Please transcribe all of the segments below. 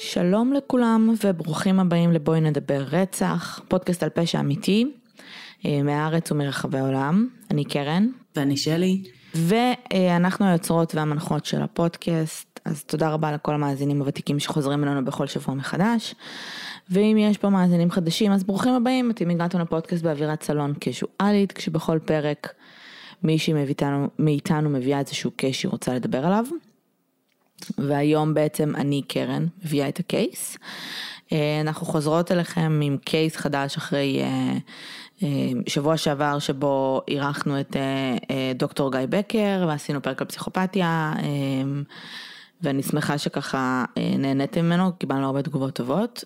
שלום לכולם וברוכים הבאים לבואי נדבר רצח, פודקאסט על פשע אמיתי, מהארץ ומרחבי העולם. אני קרן. ואני שלי. ואנחנו היוצרות והמנחות של הפודקאסט, אז תודה רבה לכל המאזינים הוותיקים שחוזרים אלינו בכל שבוע מחדש. ואם יש פה מאזינים חדשים, אז ברוכים הבאים, אתם הגעתם לפודקאסט באווירת סלון קזואלית, כשבכל פרק מישהי מאיתנו מביאה איזשהו קייס שהיא רוצה לדבר עליו. והיום בעצם אני קרן מביאה את הקייס. אנחנו חוזרות אליכם עם קייס חדש אחרי שבוע שעבר שבו אירחנו את דוקטור גיא בקר ועשינו פרק על פסיכופתיה, ואני שמחה שככה נהניתם ממנו, קיבלנו הרבה תגובות טובות.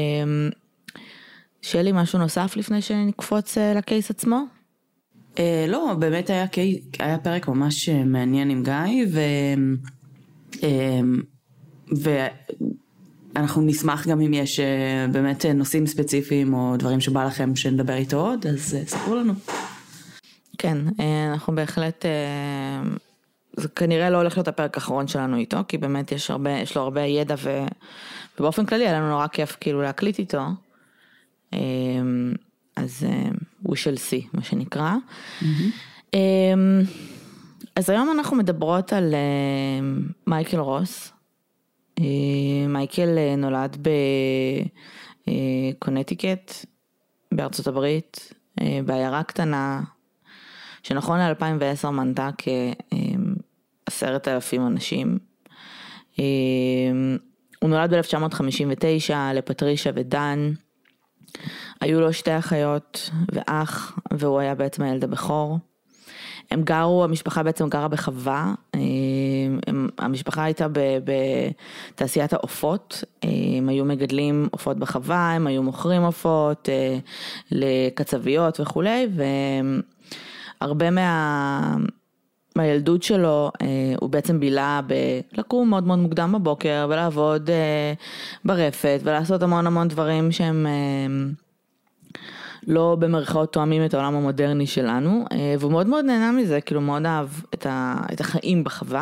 שלי, משהו נוסף לפני שנקפוץ לקייס עצמו? לא, באמת היה פרק ממש מעניין עם גיא, ואנחנו נשמח גם אם יש באמת נושאים ספציפיים או דברים שבא לכם שנדבר איתו עוד, אז ספרו לנו. כן, אנחנו בהחלט, זה כנראה לא הולך להיות הפרק האחרון שלנו איתו, כי באמת יש לו הרבה ידע, ובאופן כללי היה לנו נורא כיף כאילו להקליט איתו, אז we shall see, מה שנקרא. אז היום אנחנו מדברות על מייקל רוס. מייקל נולד בקונטיקט, בארצות הברית, בעיירה קטנה, שנכון ל-2010 מנתה כ10,000 אנשים. הוא נולד ב-1959 לפטרישה ודן. היו לו 2 אחיות ואח, והוא היה בעצם הילד הבכור. המשפחה בעצם גרה בחווה, המשפחה הייתה בתעשיית העופות, הם היו מגדלים עופות בחווה, הם היו מוכרים עופות לקצביות וכו', והרבה מהילדות שלו הוא בעצם בילה לקום מאוד מאוד מוקדם בבוקר, ולעבוד ברפת, ולעשות המון דברים שהם לא במרכאות תואמים את העולם המודרני שלנו, והוא מאוד מאוד נהנה מזה, כאילו מאוד אהב את החיים בחווה.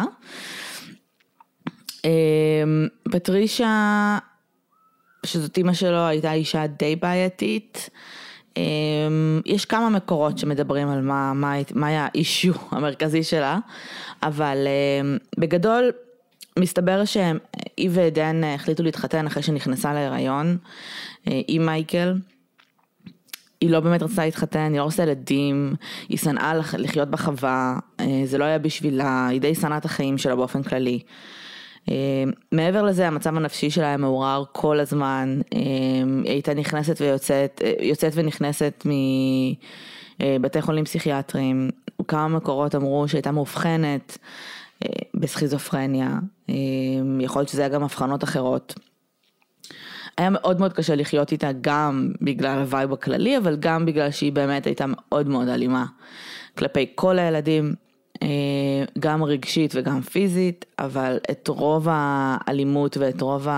פטרישה, שזאת אמא שלו, הייתה אישה די בעייתית. יש כמה מקורות שמדברים על מה היה האישיו המרכזי שלה, אבל בגדול מסתבר שהיא ודן החליטו להתחתן אחרי שנכנסה להיריון עם מייקל. היא לא באמת רצתה להתחתן, היא לא עושה ילדים, היא שנאה לחיות בחווה, זה לא היה בשבילה, היא די שנאת החיים שלה באופן כללי. מעבר לזה, המצב הנפשי שלה היה מעורר כל הזמן, היא הייתה נכנסת יוצאת ונכנסת מבתי חולים פסיכיאטריים, כמה מקורות אמרו שהייתה מאובחנת בסכיזופרניה, יכול להיות שזה היה גם הבחנות אחרות. היה מאוד מאוד קשה לחיות איתה, גם בגלל הווייב הכללי, אבל גם בגלל שהיא באמת הייתה מאוד מאוד אלימה כלפי כל הילדים, גם רגשית וגם פיזית, אבל את רוב האלימות ואת רוב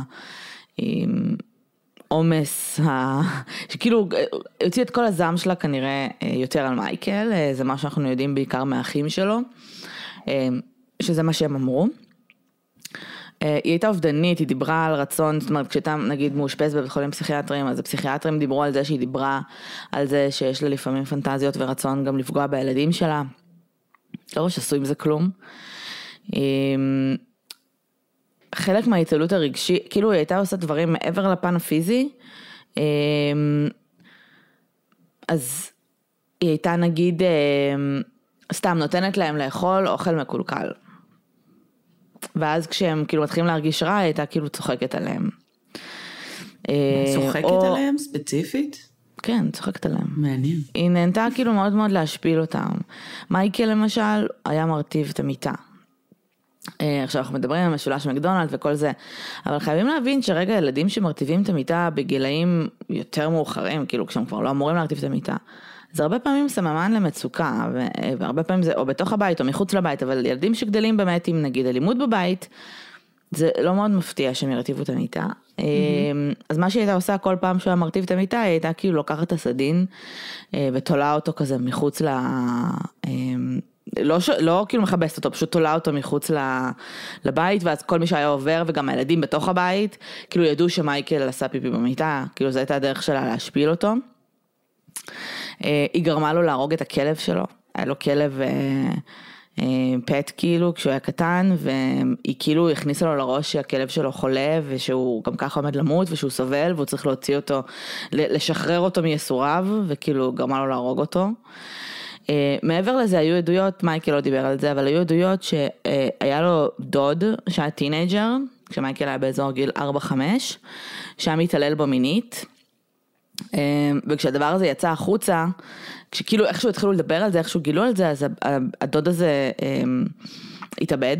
העומס, שכאילו הוציא את כל הזעם שלה כנראה יותר על מייקל, זה מה שאנחנו יודעים בעיקר מהאחים שלו, שזה מה שהם אמרו. היא הייתה אובדנית, היא דיברה על רצון, זאת אומרת, כשהייתה נגיד מאושפז בבית חולים פסיכיאטרים, אז הפסיכיאטרים דיברו על זה שהיא דיברה על זה שיש לה לפעמים פנטזיות ורצון גם לפגוע בילדים שלה. לא שעשו עם זה כלום. חלק מההתעלות הרגשי, כאילו היא הייתה עושה דברים מעבר לפן הפיזי, אז היא הייתה נגיד, סתם נותנת להם לאכול אוכל מקולקל. ואז כשהם כאילו מתחילים להרגיש רע, היא הייתה כאילו צוחקת עליהם. צוחקת עליהם ספציפית? כן, צוחקת עליהם. מעניין. היא נהנתה כאילו מאוד מאוד להשפיל אותם. מייקל למשל היה מרטיב את המיטה. עכשיו אנחנו מדברים על משולש מקדונלד וכל זה, אבל חייבים להבין שרגע ילדים שמרטיבים את המיטה בגילאים יותר מאוחרים, כאילו כשהם כבר לא אמורים להרטיב את המיטה, זה הרבה פעמים סממן למצוקה, והרבה פעמים זה או בתוך הבית או מחוץ לבית, אבל ילדים שגדלים באמת עם נגיד אלימות בבית, זה לא מאוד מפתיע שהם ירטיבו את המיטה. אז מה שהיא הייתה עושה כל פעם שהוא היה מרטיב את המיטה, היא הייתה כאילו לוקחת את הסדין, ותולה אותו כזה מחוץ לא כאילו מחבסת אותו, פשוט תולה אותו מחוץ לבית, ואז כל מי שהיה עובר, וגם הילדים בתוך הבית, כאילו ידעו שמייקל עשה פיפי במיטה, כאילו זו הייתה הדרך שלה להשפיל אותו. היא גרמה לו להרוג את הכלב שלו, היה לו כלב פט כאילו, כשהוא היה קטן, והיא כאילו הכניסה לו לראש שהכלב שלו חולה, ושהוא גם ככה עומד למות, ושהוא סובל, והוא צריך להוציא אותו, לשחרר אותו מייסוריו, וכאילו גרמה לו להרוג אותו. מעבר לזה היו עדויות, מייקל לא דיבר על זה, אבל היו עדויות שהיה לו דוד שהיה טינג'ר, כשמייקל היה באזור גיל 4-5, שהיה מתעלל בו מינית, וכשהדבר הזה יצא החוצה, כשכאילו איכשהו התחילו לדבר על זה, איכשהו גילו על זה, אז הדוד הזה התאבד,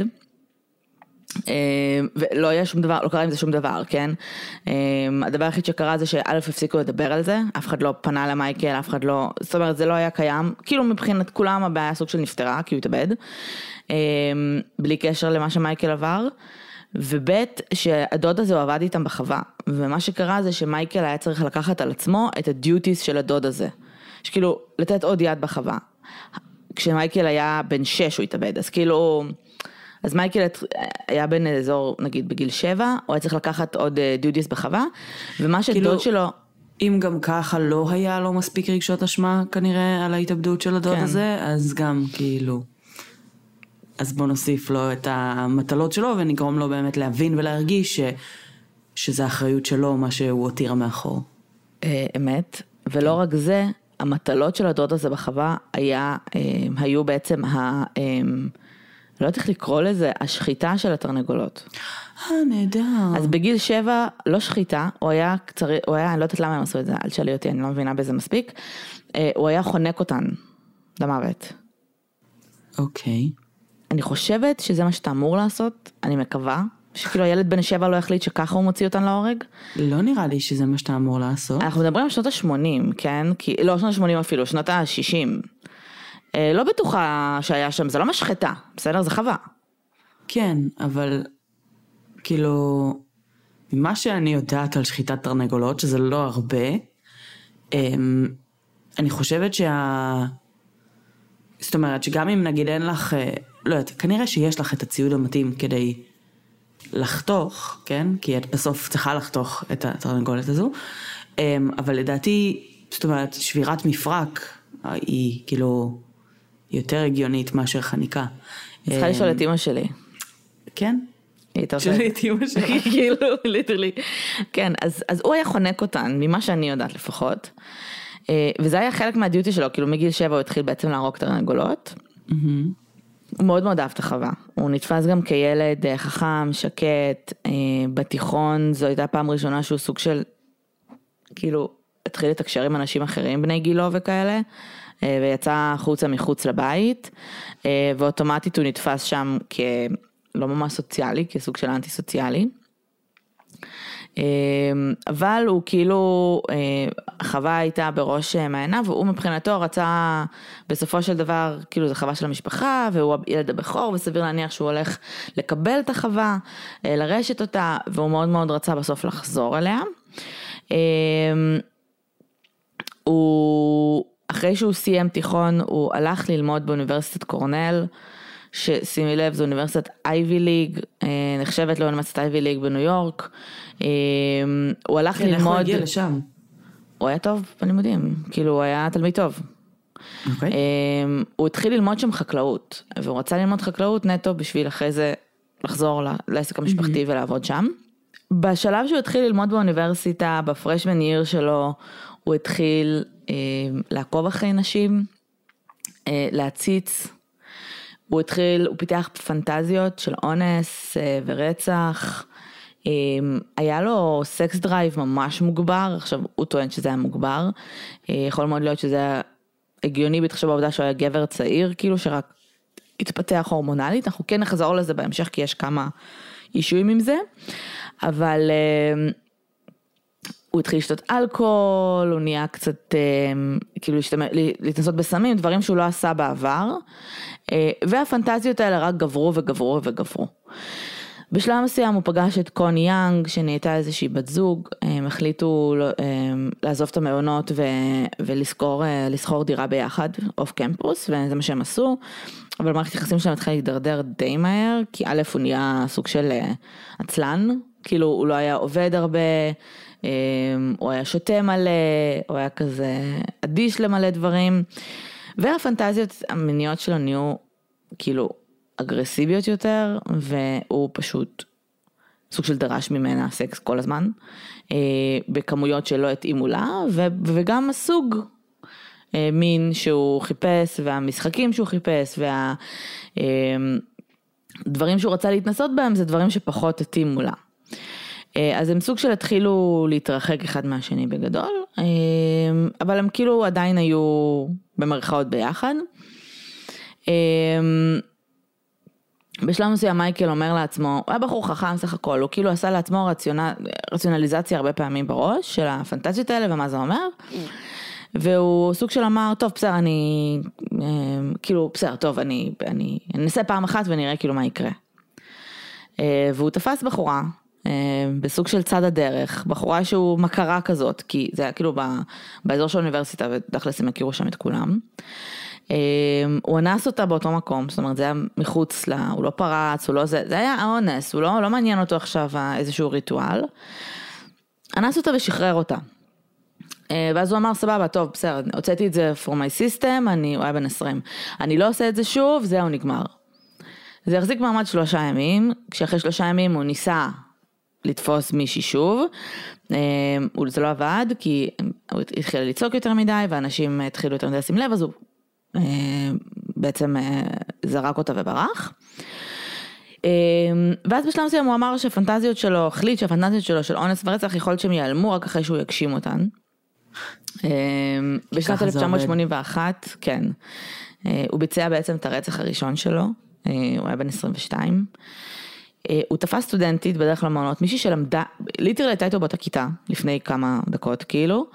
ולא היה שום דבר, לא קרה עם זה שום דבר, כן? הדבר היחיד שקרה זה שא' הפסיקו לדבר על זה, אף אחד לא פנה למייקל, אף אחד לא, זאת אומרת זה לא היה קיים, כאילו מבחינת כולם הבעיה סוג של נפטרה, כי הוא התאבד, בלי קשר למה שמייקל עבר, ובית שהדוד הזה הוא עבד איתם בחווה, ומה שקרה זה שמייקל היה צריך לקחת על עצמו את הדיוטיס של הדוד הזה, שכאילו לתת עוד יד בחווה, כשמייקל היה בן 6 הוא התאבד, אז כאילו, אז מייקל היה בן אזור נגיד בגיל 7, הוא היה צריך לקחת עוד דיוטיס בחווה, ומה שדוד שלו, אם גם ככה לא היה לו מספיק רגשות אשמה כנראה על ההתאבדות של הדוד הזה, אז גם כאילו, אז בוא נוסיף לו את המטלות שלו, ונגרום לו באמת להבין ולהרגיש שזה האחריות שלו, מה שהוא הותיר מאחור. אמת, ולא רק זה, המטלות של הדוד הזה בחווה היו בעצם לא יודעת איך לקרוא לזה, השחיטה של התרנגולות. נהדר. אז בגיל 7, לא שחיטה, הוא היה, אני לא יודעת למה הם עשו את זה, אל תשאלי אותי, אני לא מבינה בזה מספיק, הוא היה חונק אותן למוות. אוקיי. אני חושבת שזה מה שאתה אמור לעשות, אני מקווה, שכאילו הילד בן 7 לא החליט שככה הוא מוציא אותן להורג. לא נראה לי שזה מה שאתה אמור לעשות. אנחנו מדברים על שנות ה-80, כן? לא שנות ה-80 אפילו, שנות ה-60. לא בטוחה שהיה שם, זה לא משחטה, בסדר? זה חווה. כן, אבל כאילו, ממה שאני יודעת על שחיטת תרנגולות, שזה לא הרבה, אני חושבת זאת אומרת, שגם אם נגיד אין לך, לא יודעת, כנראה שיש לך את הציוד המתאים כדי לחתוך, כן? כי את בסוף צריכה לחתוך את התרנגולת הזו, אבל לדעתי, זאת אומרת, שבירת מפרק היא כאילו יותר הגיונית מאשר חניקה. צריכה לשאול את אמא שלי. כן? שאלי את אמא שלי. כאילו, ליטרלי. כן, אז הוא היה חונק אותן, ממה שאני יודעת לפחות, וזה היה חלק מהדיוטי שלו, כאילו מגיל 7 הוא התחיל בעצם להרוג תרנגולות, הוא מאוד מאוד אהב את החווה, הוא נתפס גם כילד חכם, שקט, בתיכון, זו הייתה פעם ראשונה שהוא סוג של, כאילו, התחיל לתקשר עם אנשים אחרים, בני גילו וכאלה, ויצא חוצה מחוץ לבית, ואוטומטית הוא נתפס שם כלא ממש סוציאלי, כסוג של אנטי סוציאלי, אבל הוא כאילו, החווה הייתה בראש מעייניו, והוא מבחינתו רצה בסופו של דבר, כאילו זה חווה של המשפחה, והוא ילד הבכור, וסביר להניח שהוא הולך לקבל את החווה, לרשת אותה, והוא מאוד מאוד רצה בסוף לחזור אליה. אחרי שהוא סיים תיכון, הוא הלך ללמוד באוניברסיטת קורנל, ששימי לב, זו אוניברסיטת אייבי ליג, נחשבת לאוניברסיטת אייבי ליג בניו יורק, הוא הלך ללמוד, איך הוא הגיע לשם? הוא היה טוב בלימודים, כאילו הוא היה תלמיד טוב. הוא התחיל ללמוד שם חקלאות, והוא רצה ללמוד חקלאות נטו בשביל אחרי זה לחזור לעסק המשפחתי ולעבוד שם. בשלב שהוא התחיל ללמוד באוניברסיטה, בפרשמן ייר שלו, הוא התחיל לעקוב אחרי נשים, להציץ, הוא פיתח פנטזיות של אונס ורצח, היה לו סקס דרייב ממש מוגבר, עכשיו הוא טוען שזה היה מוגבר, יכול מאוד להיות שזה היה הגיוני בהתחשב בעובדה שהוא היה גבר צעיר, כאילו שרק התפתח הורמונלית, אנחנו כן נחזור לזה בהמשך כי יש כמה אישויים עם זה, אבל הוא התחיל לשתות אלכוהול, הוא נהיה קצת, כאילו להתנסות בסמים, דברים שהוא לא עשה בעבר, והפנטזיות האלה רק גברו וגברו וגברו. בשלב מסוים הוא פגש את קוני יאנג, שנהייתה איזושהי בת זוג, הם החליטו לעזוב את המעונות ולסחור דירה ביחד, אוף קמפוס, וזה מה שהם עשו, אבל מערכת יחסים שלהם התחילה להידרדר די מהר, כי א' הוא נהיה סוג של עצלן, כאילו הוא לא היה עובד הרבה, הוא היה שותה מלא, הוא היה כזה אדיש למלא דברים, והפנטזיות המיניות שלו נהיו כאילו אגרסיביות יותר, והוא פשוט סוג של דרש ממנה סקס כל הזמן, בכמויות שלא התאימו לה, וגם הסוג מין שהוא חיפש, והמשחקים שהוא חיפש, והדברים שהוא רצה להתנסות בהם, זה דברים שפחות התאימו לה. אז הם סוג של התחילו להתרחק אחד מהשני בגדול, אבל הם כאילו עדיין היו במרכאות ביחד. בשלב מסוים מייקל אומר לעצמו, הוא היה בחור חכם סך הכל, הוא כאילו עשה לעצמו רציונליזציה הרבה פעמים בראש של הפנטזיות האלה ומה זה אומר, והוא סוג של אמר, טוב בסדר, כאילו בסדר, טוב, אני אנסה פעם אחת ונראה כאילו מה יקרה. והוא תפס בחורה, בסוג של צד הדרך, בחורה שהוא מכרה כזאת, כי זה היה כאילו באזור של האוניברסיטה, ודחלס הם הכירו שם את כולם. הוא אנס אותה באותו מקום, זאת אומרת זה היה מחוץ לה, הוא לא פרץ, זה היה האונס, הוא לא מעניין אותו עכשיו איזשהו ריטואל. אנס אותה ושחרר אותה. ואז הוא אמר, סבבה, טוב, בסדר, הוצאתי את זה for my system, הוא היה בן 20. אני לא עושה את זה שוב, זהו נגמר. זה החזיק מעמד 3 ימים, כשאחרי 3 ימים הוא ניסה לתפוס מישהי שוב, זה לא עבד, כי הוא התחיל לצעוק יותר מדי, ואנשים התחילו יותר מדי לשים לב, אז הוא בעצם זרק אותה וברח. ואז בשלב מסוים הוא אמר שהפנטזיות שלו, החליט שהפנטזיות שלו של אונס ורצח יכול להיות שהם ייעלמו רק אחרי שהוא יגשים אותן. בשנת 1981, כן, הוא ביצע בעצם את הרצח הראשון שלו, הוא היה בן 22, הוא תפס סטודנטית בדרך למעונות, מישהי שלמדה, ליטרלי הייתה איתו באותה כיתה, לפני כמה דקות כאילו,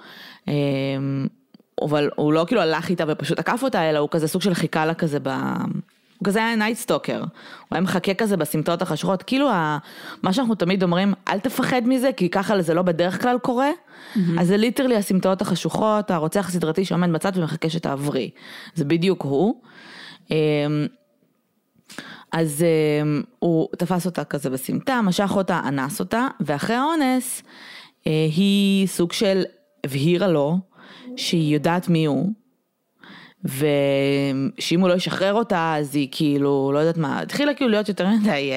אבל הוא לא כאילו הלך איתה ופשוט עקף אותה, אלא הוא כזה סוג של חיכה לה כזה הוא כזה היה נייט סטוקר, הוא היה מחכה כזה בסמטות החשוכות, כאילו מה שאנחנו תמיד אומרים, אל תפחד מזה, כי ככה זה לא בדרך כלל קורה, אז זה ליטרלי הסמטות החשוכות, הרוצח הסדרתי שעומד בצד ומחכה שתעברי, זה בדיוק הוא, אז הוא תפס אותה כזה בסמטה, משך אותה, אנס אותה, ואחרי האונס, היא סוג של הבהירה לו, שהיא יודעת מי הוא, ושאם הוא לא ישחרר אותה, אז היא כאילו, לא יודעת מה, התחילה כאילו להיות יותר מדי,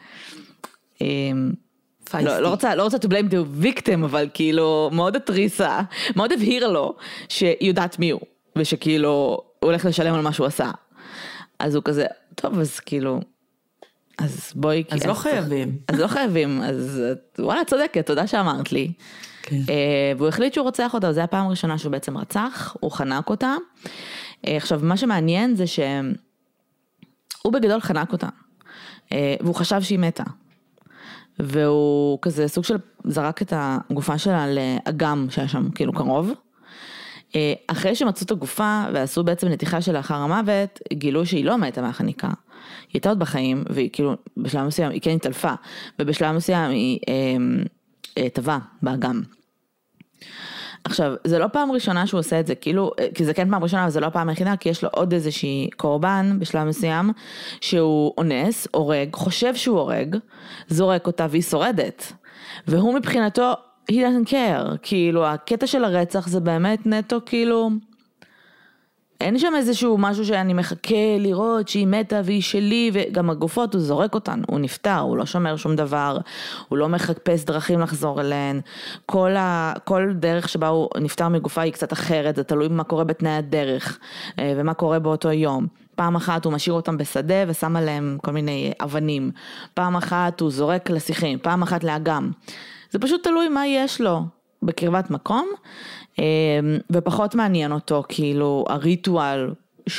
לא רוצה to blame the victim, אבל כאילו מאוד התריסה, מאוד הבהירה לו, שהיא יודעת מי הוא, ושכאילו הוא הולך לשלם על מה שהוא עשה. אז הוא כזה, טוב, אז כאילו, אז בואי... אז לא חייבים. אז לא חייבים, אז וואלה, צודקת, תודה שאמרת לי. והוא החליט שהוא רוצח אותה, זו הפעם הראשונה שהוא בעצם רצח, הוא חנק אותה. עכשיו, מה שמעניין זה שהוא בגדול חנק אותה, והוא חשב שהיא מתה. והוא כזה סוג של זרק את הגופה שלה לאגם שהיה שם כאילו קרוב. אחרי שמצאו את הגופה ועשו בעצם נתיחה של לאחר המוות, גילו שהיא לא מתה מהחניקה. היא הייתה עוד בחיים, והיא כאילו בשלב מסוים, היא כן התעלפה, ובשלב מסוים היא טבעה באגם. עכשיו, זה לא פעם ראשונה שהוא עושה את זה, כאילו, כי זה כן פעם ראשונה, אבל זה לא פעם היחידה, כי יש לו עוד איזושהי קורבן בשלב מסוים, שהוא אונס, הורג, חושב שהוא הורג, זורק אותה והיא שורדת. והוא מבחינתו, he doesn't care, כאילו, הקטע של הרצח זה באמת נטו, כאילו, אין שם איזשהו משהו שאני מחכה לראות שהיא מתה והיא שלי, וגם הגופות הוא זורק אותן, הוא נפטר, הוא לא שומר שום דבר, הוא לא מחפש דרכים לחזור אליהן, כל דרך שבה הוא נפטר מגופה היא קצת אחרת, זה תלוי מה קורה בתנאי הדרך, ומה קורה באותו יום. פעם אחת הוא משאיר אותם בשדה ושם עליהם כל מיני אבנים, פעם אחת הוא זורק לשיחים, פעם אחת לאגם, זה פשוט תלוי מה יש לו בקרבת מקום, ופחות מעניין אותו, כאילו, הריטואל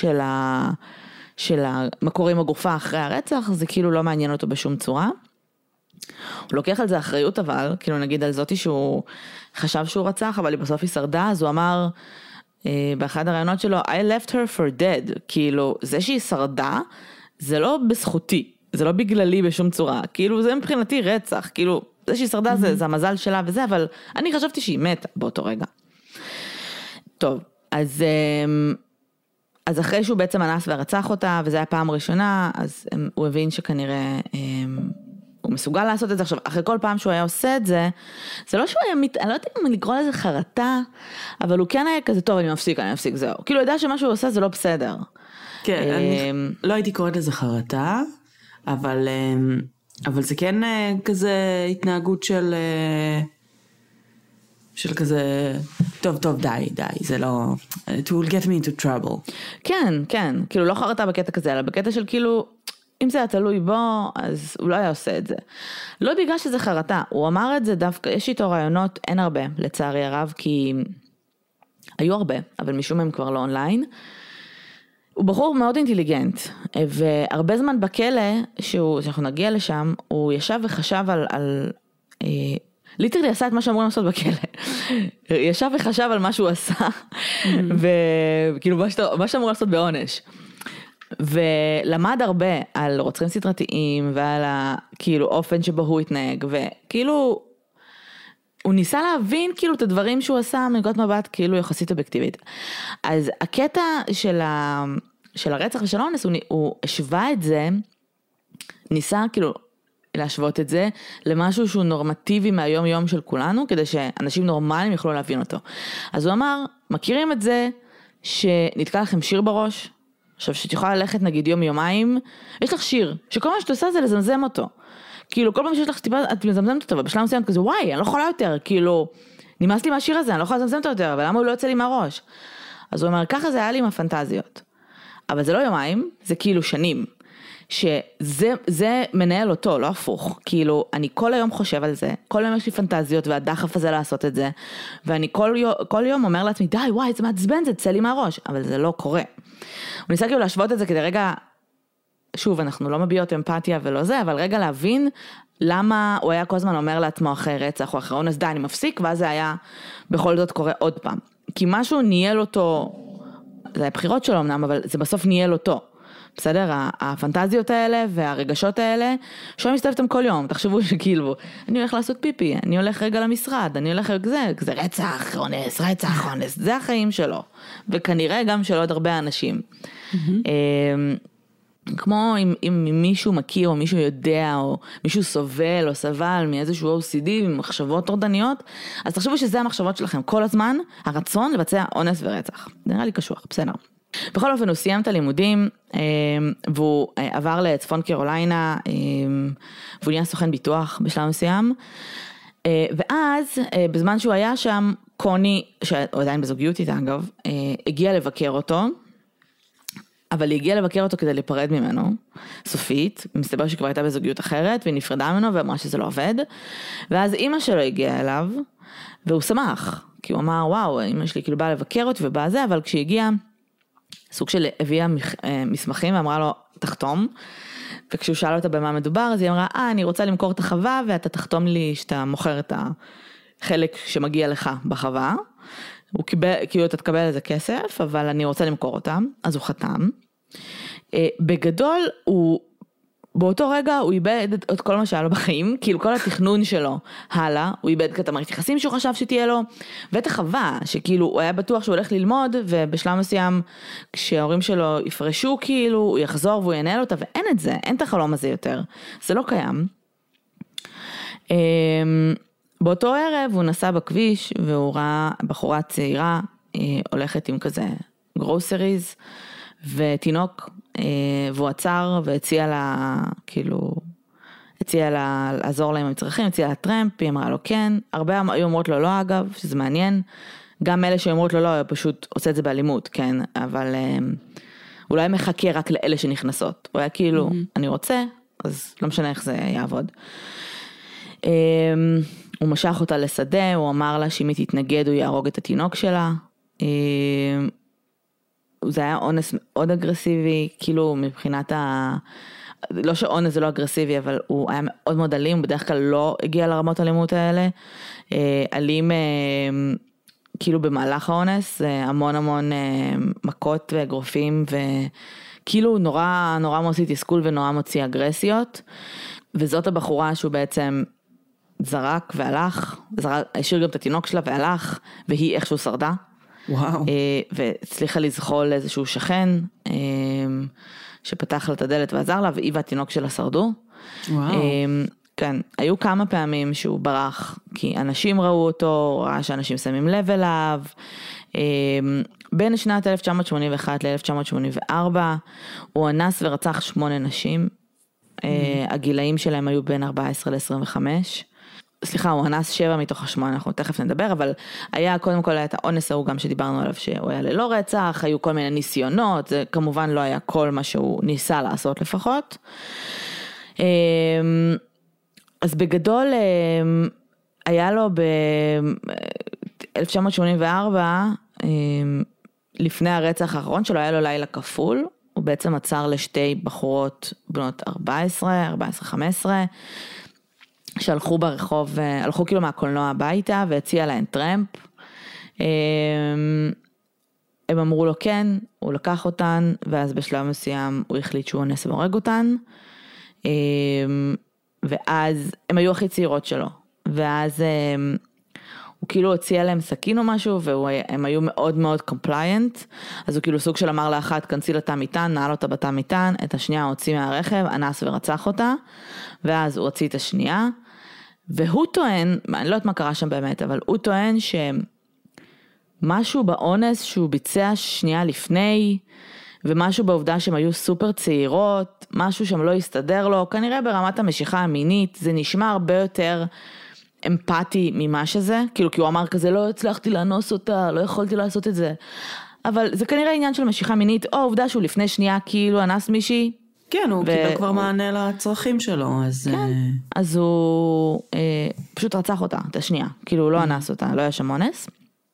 של מה קורה עם הגופה אחרי הרצח, זה כאילו לא מעניין אותו בשום צורה. הוא לוקח על זה אחריות אבל, כאילו נגיד על זאתי שהוא חשב שהוא רצח, אבל בסוף היא שרדה, אז הוא אמר, באחד הרעיונות שלו, I left her for dead, כאילו, זה שהיא שרדה, זה לא בזכותי, זה לא בגללי בשום צורה, כאילו זה מבחינתי רצח, כאילו זה שהיא שרדה זה המזל שלה וזה, אבל אני חשבתי שהיא מתה באותו רגע. טוב, אז אחרי שהוא בעצם אנס ורצח אותה, וזה היה פעם ראשונה, אז הוא הבין שכנראה הוא מסוגל לעשות את זה. עכשיו, אחרי כל פעם שהוא היה עושה את זה, זה לא שהוא היה, אני לא יודעת אם לקרוא לזה חרטה, אבל הוא כן היה כזה, טוב, אני מפסיק, זהו. כאילו, הוא יודע שמה שהוא עושה זה לא בסדר. כן, אני לא הייתי קוראת לזה חרטה, אבל זה כן כזה התנהגות של כזה, טוב, די, זה לא, it will get me into trouble. כן, כאילו לא חרטה בקטע כזה, אלא בקטע של כאילו, אם זה היה תלוי בו, אז הוא לא היה עושה את זה. לא בגלל שזה חרטה, הוא אמר את זה דווקא, יש איתו רעיונות, אין הרבה, לצערי הרב, כי היו הרבה, אבל משום הם כבר לא אונליין. הוא בחור מאוד אינטליגנט, והרבה זמן בכלא, שאנחנו נגיע לשם, הוא ישב וחשב על ליטרלי עשה את מה שאמורים לעשות בכלא. ישב וחשב על מה שהוא עשה, וכאילו מה שאמור לעשות בעונש. ולמד הרבה על רוצחים סדרתיים, ועל כאילו אופן שבו הוא התנהג, וכאילו הוא ניסה להבין כאילו את הדברים שהוא עשה מנקודת מבט כאילו יחסית אובייקטיבית. אז הקטע של הרצח ושל האונס, הוא השווה את זה, ניסה כאילו להשוות את זה למשהו שהוא נורמטיבי מהיום יום של כולנו, כדי שאנשים נורמליים יוכלו להבין אותו. אז הוא אמר, מכירים את זה שנתקע לכם שיר בראש? עכשיו שאת יכולה ללכת נגיד יום-יומיים, יש לך שיר, שכל מה שאת עושה זה לזמזם אותו. כאילו כל פעם שיש לך טיפה, את מזמזמת אותו, ובשלב מסוים כזה, וואי, אני לא יכולה יותר, כאילו, נמאס לי מהשיר הזה, אני לא יכולה לזמזם אותו יותר, אבל למה הוא לא יוצא לי מהראש? אז הוא אומר, ככה זה היה לי עם הפנטזיות. אבל זה לא יומיים, זה כאילו שנים. שזה מנהל אותו, לא הפוך. כאילו, אני כל היום חושב על זה, כל יום יש לי פנטזיות והדחף הזה לעשות את זה, ואני כל יום אומר לעצמי, די, וואי, זה מעצבן, זה צא לי מהראש, אבל זה לא קורה. הוא ניסה כאילו להשוות את זה כדי רגע, שוב, אנחנו לא מביעות אמפתיה ולא זה, אבל רגע להבין למה הוא היה כל הזמן אומר לעצמו אחרי רצח או אחרי אונס, די, אני מפסיק, ואז זה היה בכל זאת קורה עוד פעם. כי משהו ניהל אותו, זה הבחירות שלו אמנם, אבל זה בסוף ניהל אותו. בסדר? הפנטזיות האלה והרגשות האלה, שהם מסתובבתם כל יום, תחשבו שכאילו, אני הולך לעשות פיפי, אני הולך רגע למשרד, אני הולך זה רצח, אונס, זה החיים שלו. וכנראה גם של עוד הרבה אנשים. כמו אם מישהו מכיר או מישהו יודע או מישהו סובל או סבל מאיזשהו OCD ממחשבות טורדניות, אז תחשבו שזה המחשבות שלכם כל הזמן, הרצון לבצע אונס ורצח. זה נראה לי קשוח, בסדר. בכל אופן הוא סיים את הלימודים והוא עבר לצפון קרוליינה והוא נהיה סוכן ביטוח בשלב מסוים, ואז בזמן שהוא היה שם קוני, שהוא עדיין בזוגיות איתה אגב, הגיע לבקר אותו, אבל היא הגיעה לבקר אותו כדי להיפרד ממנו, סופית, מסתבר שכבר הייתה בזוגיות אחרת, והיא נפרדה ממנו ואמרה שזה לא עובד, ואז אמא שלו הגיעה אליו, והוא שמח, כי הוא אמר, וואו, אמא שלי כאילו באה לבקר אותי ובאה זה, אבל כשהיא הגיעה, סוג של הביאה מסמכים ואמרה לו, תחתום, וכשהוא שאל אותה במה מדובר, אז היא אמרה, אני רוצה למכור את החווה, ואתה תחתום לי שאתה מוכר את החלק שמגיע לך בחווה, הוא קיבל, כאילו אתה תקבל איזה כסף, אבל אני רוצה למכור אותם, אז הוא חתם. בגדול, באותו רגע הוא איבד את כל מה שהיה לו בחיים, כאילו כל התכנון שלו הלאה, הוא איבד את המערכת יחסים שהוא חשב שתהיה לו, ואת החווה, שכאילו הוא היה בטוח שהוא הולך ללמוד, ובשלב מסוים, כשההורים שלו יפרשו, כאילו הוא יחזור והוא ינהל אותה, ואין את זה, אין את החלום הזה יותר, זה לא קיים. באותו ערב הוא נסע בכביש, והוא ראה בחורה צעירה, הולכת עם כזה גרוסריז, ותינוק, והוא עצר והציע לה, כאילו, הציע לה לעזור להם המצרכים, הציע לה טרמפ, היא אמרה לו כן, הרבה היו אומרות לו לא אגב, שזה מעניין, גם אלה שאומרות לו לא, הוא פשוט עושה את זה באלימות, כן, אבל הוא לא היה מחכה רק לאלה שנכנסות, הוא היה כאילו, אני רוצה, אז לא משנה איך זה יעבוד. הוא משך אותה לשדה, הוא אמר לה שאם היא תתנגד הוא יהרוג את התינוק שלה, זה היה אונס מאוד אגרסיבי, כאילו מבחינת לא שאונס זה לא אגרסיבי, אבל הוא היה מאוד מאוד אלים, הוא בדרך כלל לא הגיע לרמות האלימות האלה, אלים כאילו במהלך האונס, המון מכות ואגרופים כאילו נורא מוציא תסכול ונורא מוציא אגרסיות, וזאת הבחורה שהוא בעצם זרק והלך, השאיר גם את התינוק שלה והלך, והיא איכשהו שרדה. וואו. והצליחה לזחול איזשהו שכן, שפתח לה את הדלת ועזר לה, והיא והתינוק שלה שרדו. וואו. כן, היו כמה פעמים שהוא ברח, כי אנשים ראו אותו, ראה שאנשים שמים לב אליו. בין שנת 1981 ל-1984, הוא אנס ורצח 8 נשים, הגילאים שלהם היו בין 14 ל-25. סליחה, הוא אנס 7 מתוך 8, אנחנו תכף נדבר, אבל היה קודם כל את האונס ההוא גם שדיברנו עליו, שהוא היה ללא רצח, היו כל מיני ניסיונות, זה כמובן לא היה כל מה שהוא ניסה לעשות לפחות. אז בגדול, היה לו ב-1984, לפני הרצח האחרון שלו, היה לו לילה כפול, הוא בעצם עצר לשתי בחורות בנות 14-15, שהלכו ברחוב, הלכו כאילו מהקולנוע הביתה, והציע להן טרמפ. הם אמרו לו כן, הוא לקח אותן, ואז בשלב מסוים הוא החליט שהוא אונס והורג אותן, ואז הם היו הכי צעירות שלו, ואז הוא כאילו הציע להם סכין או משהו, והם היו מאוד מאוד compliant, אז הוא כאילו סוג של אמר לאחת, כנסי לתא מטען, נעל אותה בתא מטען, את השנייה הוא הוציא מהרכב, אנס ורצח אותה, ואז הוא הוציא את השנייה, והוא טוען, אני לא יודעת מה קרה שם באמת, אבל הוא טוען שמשהו באונס שהוא ביצע שנייה לפני, ומשהו בעובדה שהם היו סופר צעירות, משהו שם לא הסתדר לו, כנראה ברמת המשיכה המינית, זה נשמע הרבה יותר אמפתי ממה שזה, כאילו כי הוא אמר כזה, לא הצלחתי לאנוס אותה, לא יכולתי לעשות את זה, אבל זה כנראה עניין של משיכה מינית, או עובדה שהוא לפני שנייה כאילו אנס מישהי, כן, הוא קיבל כבר מענה לצרכים שלו, אז... כן, אז הוא פשוט רצח אותה, את השנייה, כאילו הוא לא אנס אותה, לא היה שם אונס.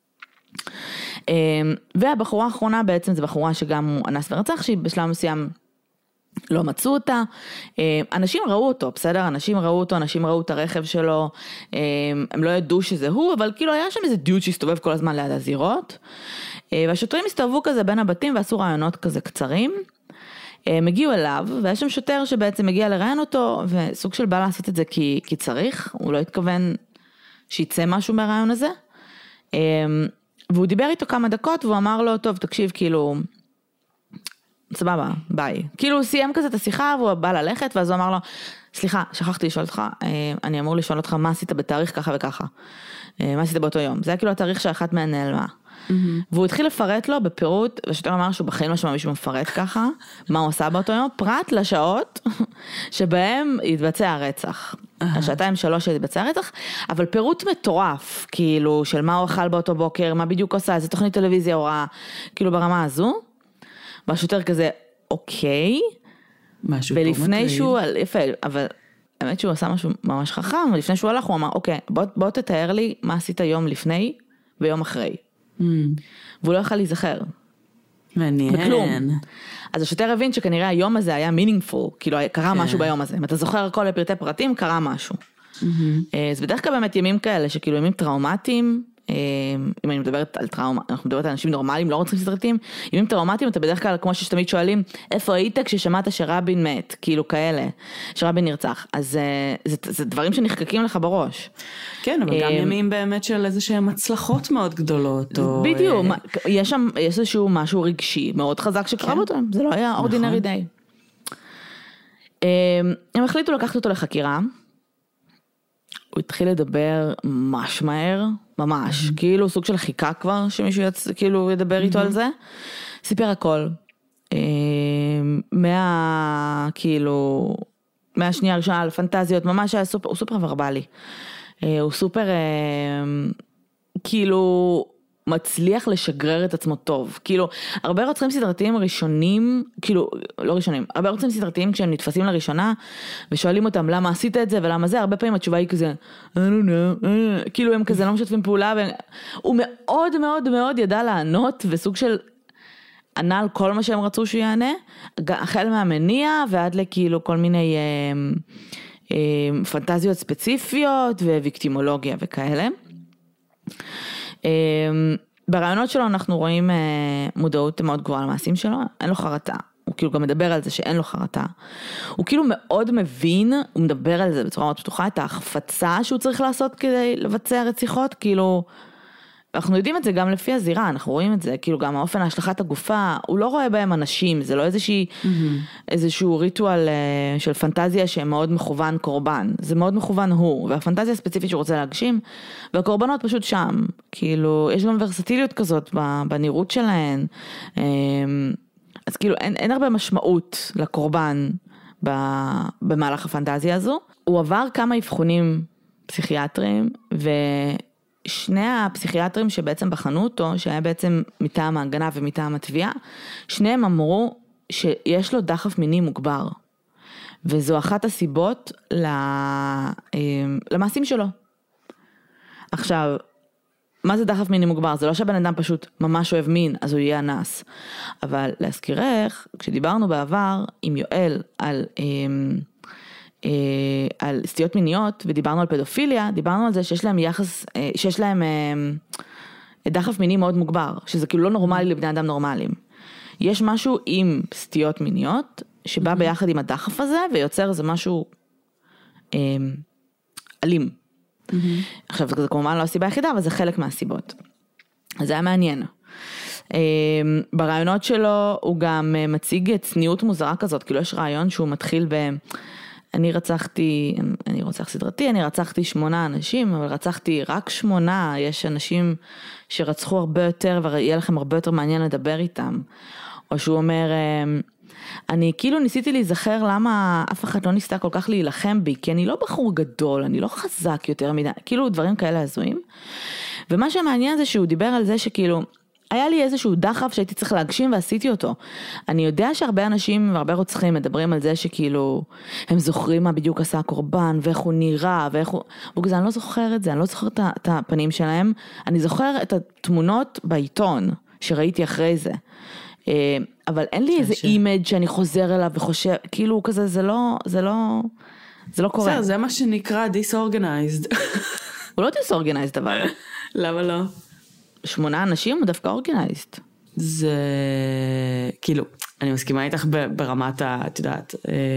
והבחורה האחרונה בעצם זה בחורה שגם הוא אנס ורצח, שהיא בשלב מסוים לא מצאו אותה. אנשים ראו אותו, בסדר? אנשים ראו אותו, אנשים ראו את הרכב שלו, הם לא ידעו שזה הוא, אבל כאילו היה שם איזה דיוד שהסתובב כל הזמן ליד הזירות, והשוטרים הסתובבו כזה בין הבתים ועשו רעיונות כזה קצרים, הם הגיעו אליו, ויש שם שוטר שבעצם הגיע לראיין אותו, וסוג של בא לעשות את זה כי צריך, הוא לא התכוון שיצא משהו מהרעיון הזה, והוא דיבר איתו כמה דקות, והוא אמר לו, טוב, תקשיב, כאילו, סבבה, ביי. כאילו הוא סיים כזה את השיחה, והוא בא ללכת, ואז הוא אמר לו, סליחה, שכחתי לשאול אותך, אני אמור לשאול אותך מה עשית בתאריך ככה וככה, מה עשית באותו יום. זה היה כאילו התאריך שאחת מהן נעלמה. והוא התחיל לפרט לו בפירוט, ושוטר אמר שהוא בחיים לא שמע מישהו מפרט ככה, מה הוא עשה באותו יום, פרט לשעות שבהם התבצע הרצח. השעתיים 3 שהתבצע הרצח, אבל פירוט מטורף, כאילו של מה הוא אכל באותו בוקר, מה בדיוק עושה, איזה תוכנית טלוויזיה הוא ראה, כאילו ברמה הזו, והשוטר כזה, אוקיי, ולפני שהוא, יפה, אבל האמת שהוא עשה משהו ממש חכם, ולפני שהוא הלך הוא אמר, אוקיי, בוא תתאר לי מה עשית יום לפני ויום אחרי. והוא לא יכל להיזכר. מעניין. אז השוטר הבין שכנראה היום הזה היה meaningful, כאילו קרה משהו ביום הזה. אם אתה זוכר הכל לפרטי פרטים, קרה משהו. אז בדרך כלל באמת ימים כאלה, שכאילו ימים טראומטיים, אם אני מדברת על טראומה, אנחנו מדברת על אנשים נורמליים, לא רוצים סדרתיים, ימים טראומטיים, אתה בדרך כלל, כמו שתמיד שואלים, איפה היית כששמעת שרבין מת, כאילו כאלה, שרבין נרצח, אז זה דברים שנחקקים לך בראש. כן, אבל גם ימים באמת של איזה שהם הצלחות מאוד גדולות. בדיוק, יש שם איזשהו משהו רגשי, מאוד חזק שקרה באותם, זה לא היה ordinary day. הם החליטו לקחת אותו לחקירה, הוא התחיל לדבר ממש מהר, ממש, כאילו סוג של חיכה כבר, שמישהו כאילו ידבר איתו על זה, סיפר הכל, מהשנייה הראשונה על פנטזיות, ממש היה הוא סופר ורבלי, הוא סופר, כאילו, מצליח לשגרר את עצמו טוב, כאילו, הרבה רוצחים סדרתיים ראשונים, כאילו, לא ראשונים, הרבה רוצחים סדרתיים כשהם נתפסים לראשונה, ושואלים אותם למה עשית את זה ולמה זה, הרבה פעמים התשובה היא כזה, I don't know, כאילו הם כזה לא משתפים פעולה, הוא מאוד מאוד מאוד ידע לענות, וסוג של ענה על כל מה שהם רצו שהוא יענה, החל מהמניע ועד לכאילו כל מיני פנטזיות ספציפיות וויקטימולוגיה וכאלה. ברעיונות שלו אנחנו רואים מודעות מאוד גבוהה למעשים שלו, אין לו חרטה, הוא כאילו גם מדבר על זה שאין לו חרטה, הוא כאילו מאוד מבין, הוא מדבר על זה בצורה מאוד פתוחה, את ההחפצה שהוא צריך לעשות כדי לבצע רציחות, כאילו, אנחנו יודעים את זה גם לפי הזירה, אנחנו רואים את זה, כאילו גם האופן ההשלכת הגופה, הוא לא רואה בהם אנשים, זה לא איזשהו ריטואל של פנטזיה שמאוד מכוון קורבן, זה מאוד מכוון הוא, והפנטזיה הספציפית שהוא רוצה להגשים, והקורבנות פשוט שם, כאילו, יש גם ורסטיליות כזאת בנראות שלהן, אז כאילו אין הרבה משמעות לקורבן במהלך הפנטזיה הזו, הוא עבר כמה אבחונים פסיכיאטריים, שני הפסיכיאטרים שבעצם בחנו אותו, שהיה בעצם מטעם ההגנה ומטעם התביעה, שניהם אמרו שיש לו דחף מיני מוגבר. וזו אחת הסיבות למעשים שלו. עכשיו, מה זה דחף מיני מוגבר? זה לא שהבן אדם פשוט ממש אוהב מין, אז הוא יהיה אנס. אבל להזכירך, כשדיברנו בעבר עם יואל על סטיות מיניות, ודיברנו על פדופיליה, דיברנו על זה שיש להם דחף מיני מאוד מוגבר, שזה כאילו לא נורמלי לבני אדם נורמליים. יש משהו עם סטיות מיניות, שבא ביחד עם הדחף הזה, ויוצר איזה משהו אלים. עכשיו, זה כמובן לא הסיבה היחידה, אבל זה חלק מהסיבות. אז זה היה מעניין. ברעיונות שלו, הוא גם מציג צניעות מוזרה כזאת, כאילו יש רעיון שהוא מתחיל אני רוצח סדרתי, אני רצחתי 8 אנשים, אבל רצחתי רק 8, יש אנשים שרצחו הרבה יותר, ויהיה לכם הרבה יותר מעניין לדבר איתם. או שהוא אומר, אני כאילו ניסיתי להיזכר למה אף אחד לא ניסתה כל כך להילחם בי, כי אני לא בחור גדול, אני לא חזק יותר מדי, כאילו דברים כאלה הזויים. ומה שמעניין זה שהוא דיבר על זה שכאילו, היה לי איזשהו דחף שהייתי צריך להגשים ועשיתי אותו. אני יודע שהרבה אנשים והרבה רוצחים מדברים על זה שכאילו, הם זוכרים מה בדיוק עשה הקורבן, ואיך הוא נראה, ואיך הוא... וכזה, אני לא זוכר את זה, אני לא זוכר את הפנים שלהם, אני זוכר את התמונות בעיתון שראיתי אחרי זה. אבל אין לי איזה אימג' שאני חוזר אליו וחושב, כאילו כזה, זה לא קורה. זה מה שנקרא disorganized. הוא לא disorganized אבל. למה לא? 8 אנשים הוא דווקא organized. זה, כאילו, אני מסכימה איתך ברמת, את יודעת,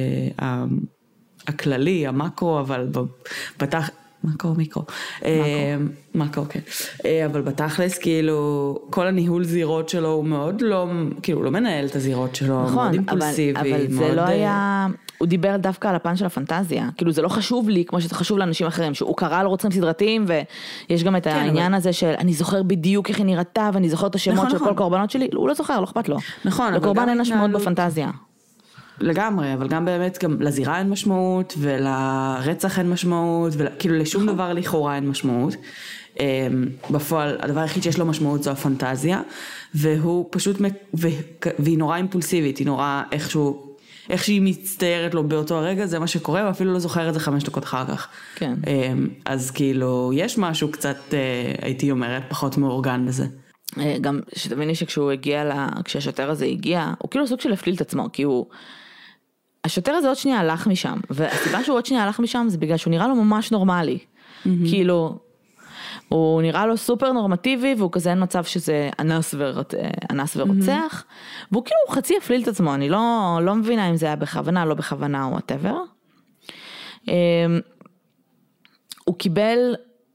הכללי, המקרו, אבל מקרו, מיקרו. מקרו, כן. אבל בתכלס, כאילו, כל הניהול זירות שלו הוא מאוד לא, כאילו, לא מנהל את הזירות שלו, נכון, מאוד אימפולסיבי. אבל זה לא היה, הוא דיבר דווקא על הפן של הפנטזיה. כאילו, זה לא חשוב לי, כמו שזה חשוב לאנשים אחרים, שהוא קרא על רוצחים סדרתיים, ויש גם את העניין הזה של, אני זוכר בדיוק איך היא נראתה, ואני זוכר את השמות של כל קורבנות שלי, הוא לא זוכר, לא אכפת לו. נכון. לקורבן אין משמעות בפנטזיה. לגמרי, אבל גם באמת, גם לזירה אין משמעות, ולרצח אין משמעות, וכאילו לשום דבר לכאורה אין משמעות. בפועל, הדבר היחיד שיש לו משמעות זו הפנטזיה, והוא פשוט, והיא נורא אימפולסיבית, היא נורא איך שהיא מצטיירת לו באותו הרגע, זה מה שקורה, ואפילו לא זוכר את זה 5 דקות אחר כך. כן. אז כאילו, יש משהו קצת, הייתי אומרת, פחות מאורגן בזה. גם שתביני שכשהוא הגיע, כשהשוטר הזה הגיע, הוא כאילו סוג של הפליל את עצמו, כי השוטר הזה עוד שנייה הלך משם, והסיבה שהוא עוד שנייה הלך משם, זה בגלל שהוא נראה לו ממש נורמלי. כאילו, הוא נראה לו סופר נורמטיבי, והוא כזה אין מצב שזה אנס ורוצח, והוא כאילו חצי הפליל את עצמו, אני לא מבינה אם זה היה בכוונה, לא בכוונה או whatever. הוא קיבל,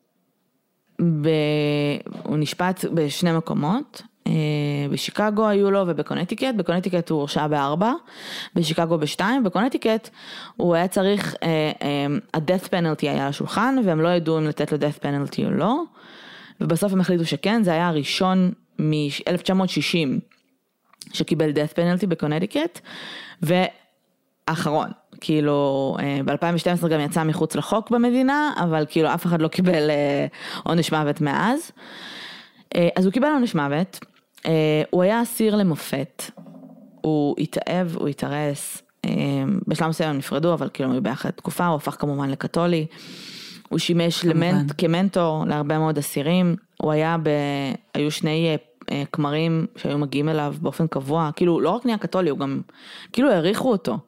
הוא נשפט בשני מקומות, בשיקגו היו לו ובקונטיקט, בקונטיקט הוא הורשע ב4, בשיקגו ב2, בקונטיקט הוא היה צריך, ה-death penalty היה על השולחן, והם לא ידעו אם לתת לו death penalty או לא, ובסוף הם החליטו שכן, זה היה הראשון מ-1960 שקיבל death penalty בקונטיקט, ואחרון, כאילו ב-2012 גם יצא מחוץ לחוק במדינה, אבל כאילו אף אחד לא קיבל עונש מוות מאז, אז הוא קיבל עונש מוות, הוא היה אסיר למופת, הוא התאהב, הוא התארס, בשלב מסוים הם נפרדו, אבל כאילו ביחד תקופה, הוא הפך כמובן לקתולי, הוא שימש כמנטור להרבה מאוד אסירים, הוא היה, היו 2 כמרים שהיו מגיעים אליו באופן קבוע, כאילו לא רק נהיה קתולי, הוא גם, כאילו העריכו אותו,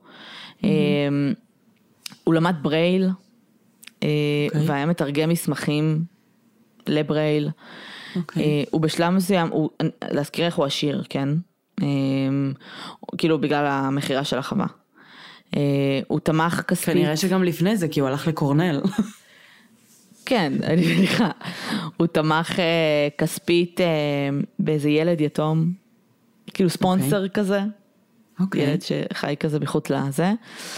הוא למד ברייל, והיה מתרגם מסמכים לברייל, הוא בשלב מסוים, להזכיר איך הוא עשיר, כן? כאילו בגלל המחירה של החווה. הוא תמך כספית. כנראה שגם לפני זה, כי הוא הלך לקורנל. כן, אני מניחה. הוא תמך כספית באיזה ילד יתום, כאילו ספונסר כזה. ילד שחי כזה בחוץ לזה.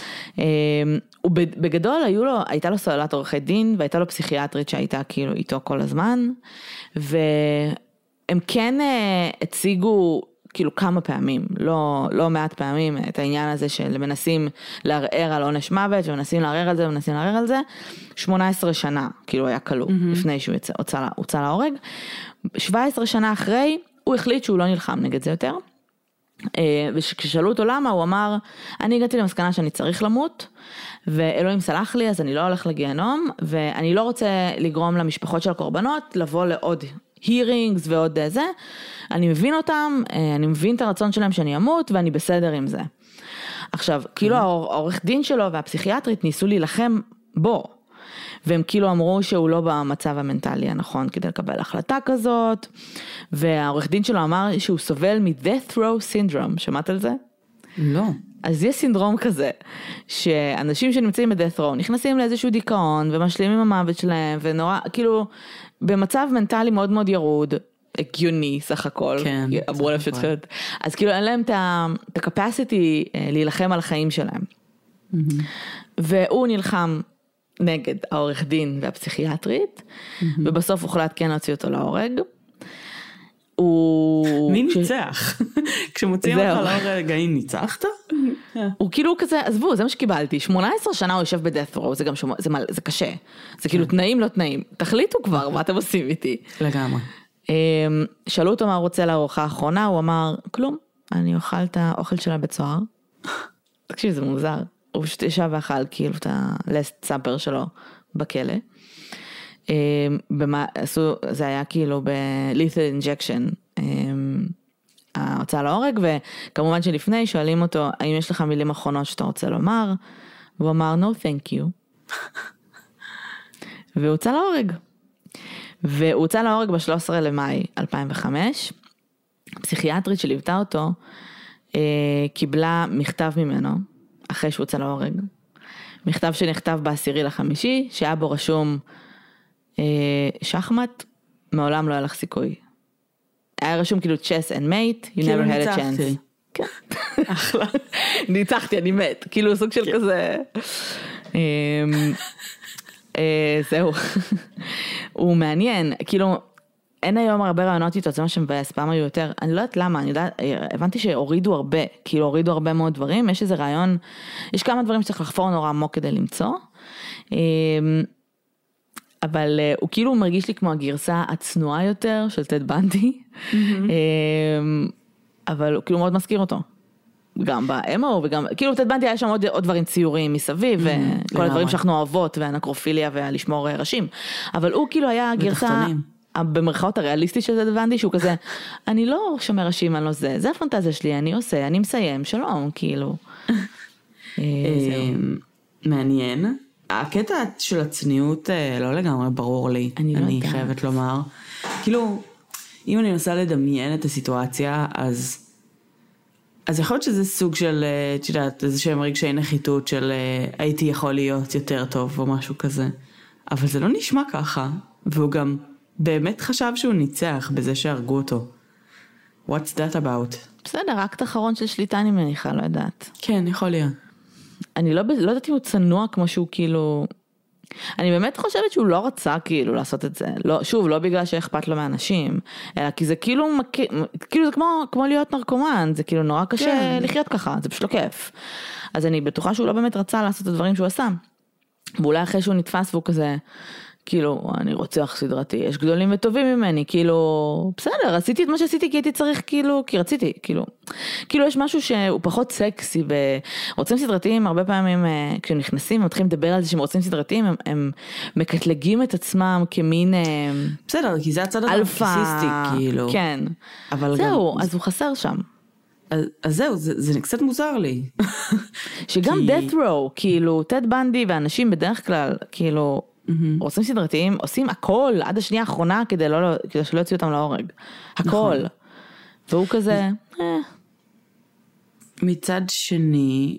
ובגדול הייתה לו סוללת עורכי דין, והייתה לו פסיכיאטרית שהייתה כאילו איתו כל הזמן, והם כן הציגו כאילו כמה פעמים, לא מעט פעמים, את העניין הזה של מנסים לערער על עונש מוות, ומנסים לערער על זה, 18 שנה, כאילו היה כלוא, לפני שהוא הוצא להורג, 17 שנה אחרי, הוא החליט שהוא לא נלחם נגד זה יותר, וכששאלו אותו למה, הוא אמר, אני הגעתי למסקנה שאני צריך למות, ואלוהים סלח לי, אז אני לא הולך לגיהנום, ואני לא רוצה לגרום למשפחות של הקורבנות, לבוא לעוד hearings ועוד זה, אני מבין אותם, אני מבין את הרצון שלהם שאני אמות, ואני בסדר עם זה. עכשיו, כאילו העורך דין שלו והפסיכיאטרית ניסו להילחם בו, והם כאילו אמרו שהוא לא במצב המנטלי הנכון כדי לקבל החלטה כזאת, והעורך דין שלו אמר שהוא סובל מ-death row syndrome, שמעת על זה? לא. אז יש סינדרום כזה, שאנשים שנמצאים ב-death row נכנסים לאיזשהו דיכאון, ומשלימים עם המוות שלהם, ונורא, כאילו, במצב מנטלי מאוד מאוד ירוד, הגיוני סך הכל, כן, אמרו להם שתחילת, אז כאילו אין להם את ה-capacity להילחם על החיים שלהם. והוא נלחם נגד העורך דין והפסיכיאטרית, ובסוף הוחלט כן להוציא אותו להורג. מי ניצח? כשמוציאים אותך להורג, האם ניצחת? הוא כאילו כזה, עזבו, זה מה שקיבלתי, 18 שנה הוא יושב בדאט רו, זה קשה, זה כאילו תנאים לא תנאים, תחליטו כבר מה אתם עושים איתי. לגמרי. שאלו אותו מה הוא רוצה לארוחה האחרונה, הוא אמר, כלום, אני אוכל את האוכל של הבית סוהר. תקשיב, זה מוזר. הוא פשוט ישב ואכל כאילו את ה-last supper שלו בכלא. זה היה כאילו ב-lethal injection, ההוצאה להורג, וכמובן שלפני שואלים אותו, האם יש לך מילים אחרונות שאתה רוצה לומר? והוא אמר, no thank you. והוא הוצא להורג. והוא הוצא להורג ב-13 למאי 2005, פסיכיאטרית שליוותה אותו, קיבלה מכתב ממנו, אחרי שהוא הוצא להורג, מכתב שנכתב ב10/5, שהיה בו רשום, שחמט, מעולם לא היה לך סיכוי. היה רשום כאילו chess and mate, you never had a chance. כן. אחלה. ניצחתי, אני מת. כאילו סוג של כזה. זהו. הוא מעניין, כאילו, אין היום הרבה רעיונות איתו, זה מה שמבאס, פעם היו יותר, אני לא יודעת למה, הבנתי שהורידו הרבה, כאילו הורידו הרבה מאוד דברים, יש איזה רעיון, יש כמה דברים שצריך לחפור נורא עמוק כדי למצוא, אבל הוא כאילו מרגיש לי כמו הגרסה הצנועה יותר של טד בנדי, אבל הוא כאילו מאוד מזכיר אותו. גם באמו וגם, כאילו טד בנדי היה שם עוד דברים ציוריים מסביב, וכל הדברים שאנחנו אוהבות, והנקרופיליה ולשמור ראשים, אבל הוא כאילו היה הגרסה, במרכאות הריאליסטי של טד בנדי, שהוא כזה, אני לא שומר ראשים, אני לא זה הפנטזיה שלי, אני עושה, אני מסיים, שלום, כאילו. מעניין. הקטע של הצניעות לא לגמרי ברור לי, אני חייבת לומר. כאילו, אם אני מנסה לדמיין את הסיטואציה, אז יכול להיות שזה סוג של, תדעת, איזה שהם רגשי נחיתות של הייתי יכול להיות יותר טוב או משהו כזה. אבל זה לא נשמע ככה, והוא גם באמת חשב שהוא ניצח בזה שהרגו אותו. What's that about? בסדר, אקט אחרון של שליטה אני מניחה, לא יודעת. כן, יכול להיות. אני לא יודעת אם הוא צנוע כמו שהוא כאילו, אני באמת חושבת שהוא לא רצה כאילו לעשות את זה, לא, שוב, לא בגלל שאכפת לו מאנשים, אלא כי זה כאילו, כאילו זה כמו להיות נרקומן, זה כאילו נורא קשה לחיות ככה, זה פשוט לא כיף. אז אני בטוחה שהוא לא באמת רצה לעשות את הדברים שהוא עשה. ואולי אחרי שהוא נתפס והוא כזה, כאילו, אני רוצח סדרתי, יש גדולים וטובים ממני, כאילו, בסדר, עשיתי את מה שעשיתי כי הייתי צריך, כאילו, כי רציתי, כאילו יש משהו שהוא פחות סקסי, ורוצים סדרתיים, הרבה פעמים, כשהם נכנסים, הם מתחילים לדבר על זה שהם רוצים סדרתיים, הם מקטלגים את עצמם כמין, בסדר, כי זה הצד הנרקסיסטי, כאילו. כן. אבל זהו, אז הוא חסר שם. אז זהו, זה קצת מוזר לי. שגם death row, כאילו, טד בנדי ואנשים בדרך כלל, כאילו, רוצים סדרתיים, עושים הכל עד השנייה האחרונה כדי שלא יוציאו אותם להורג. הכל. והוא כזה, מצד שני,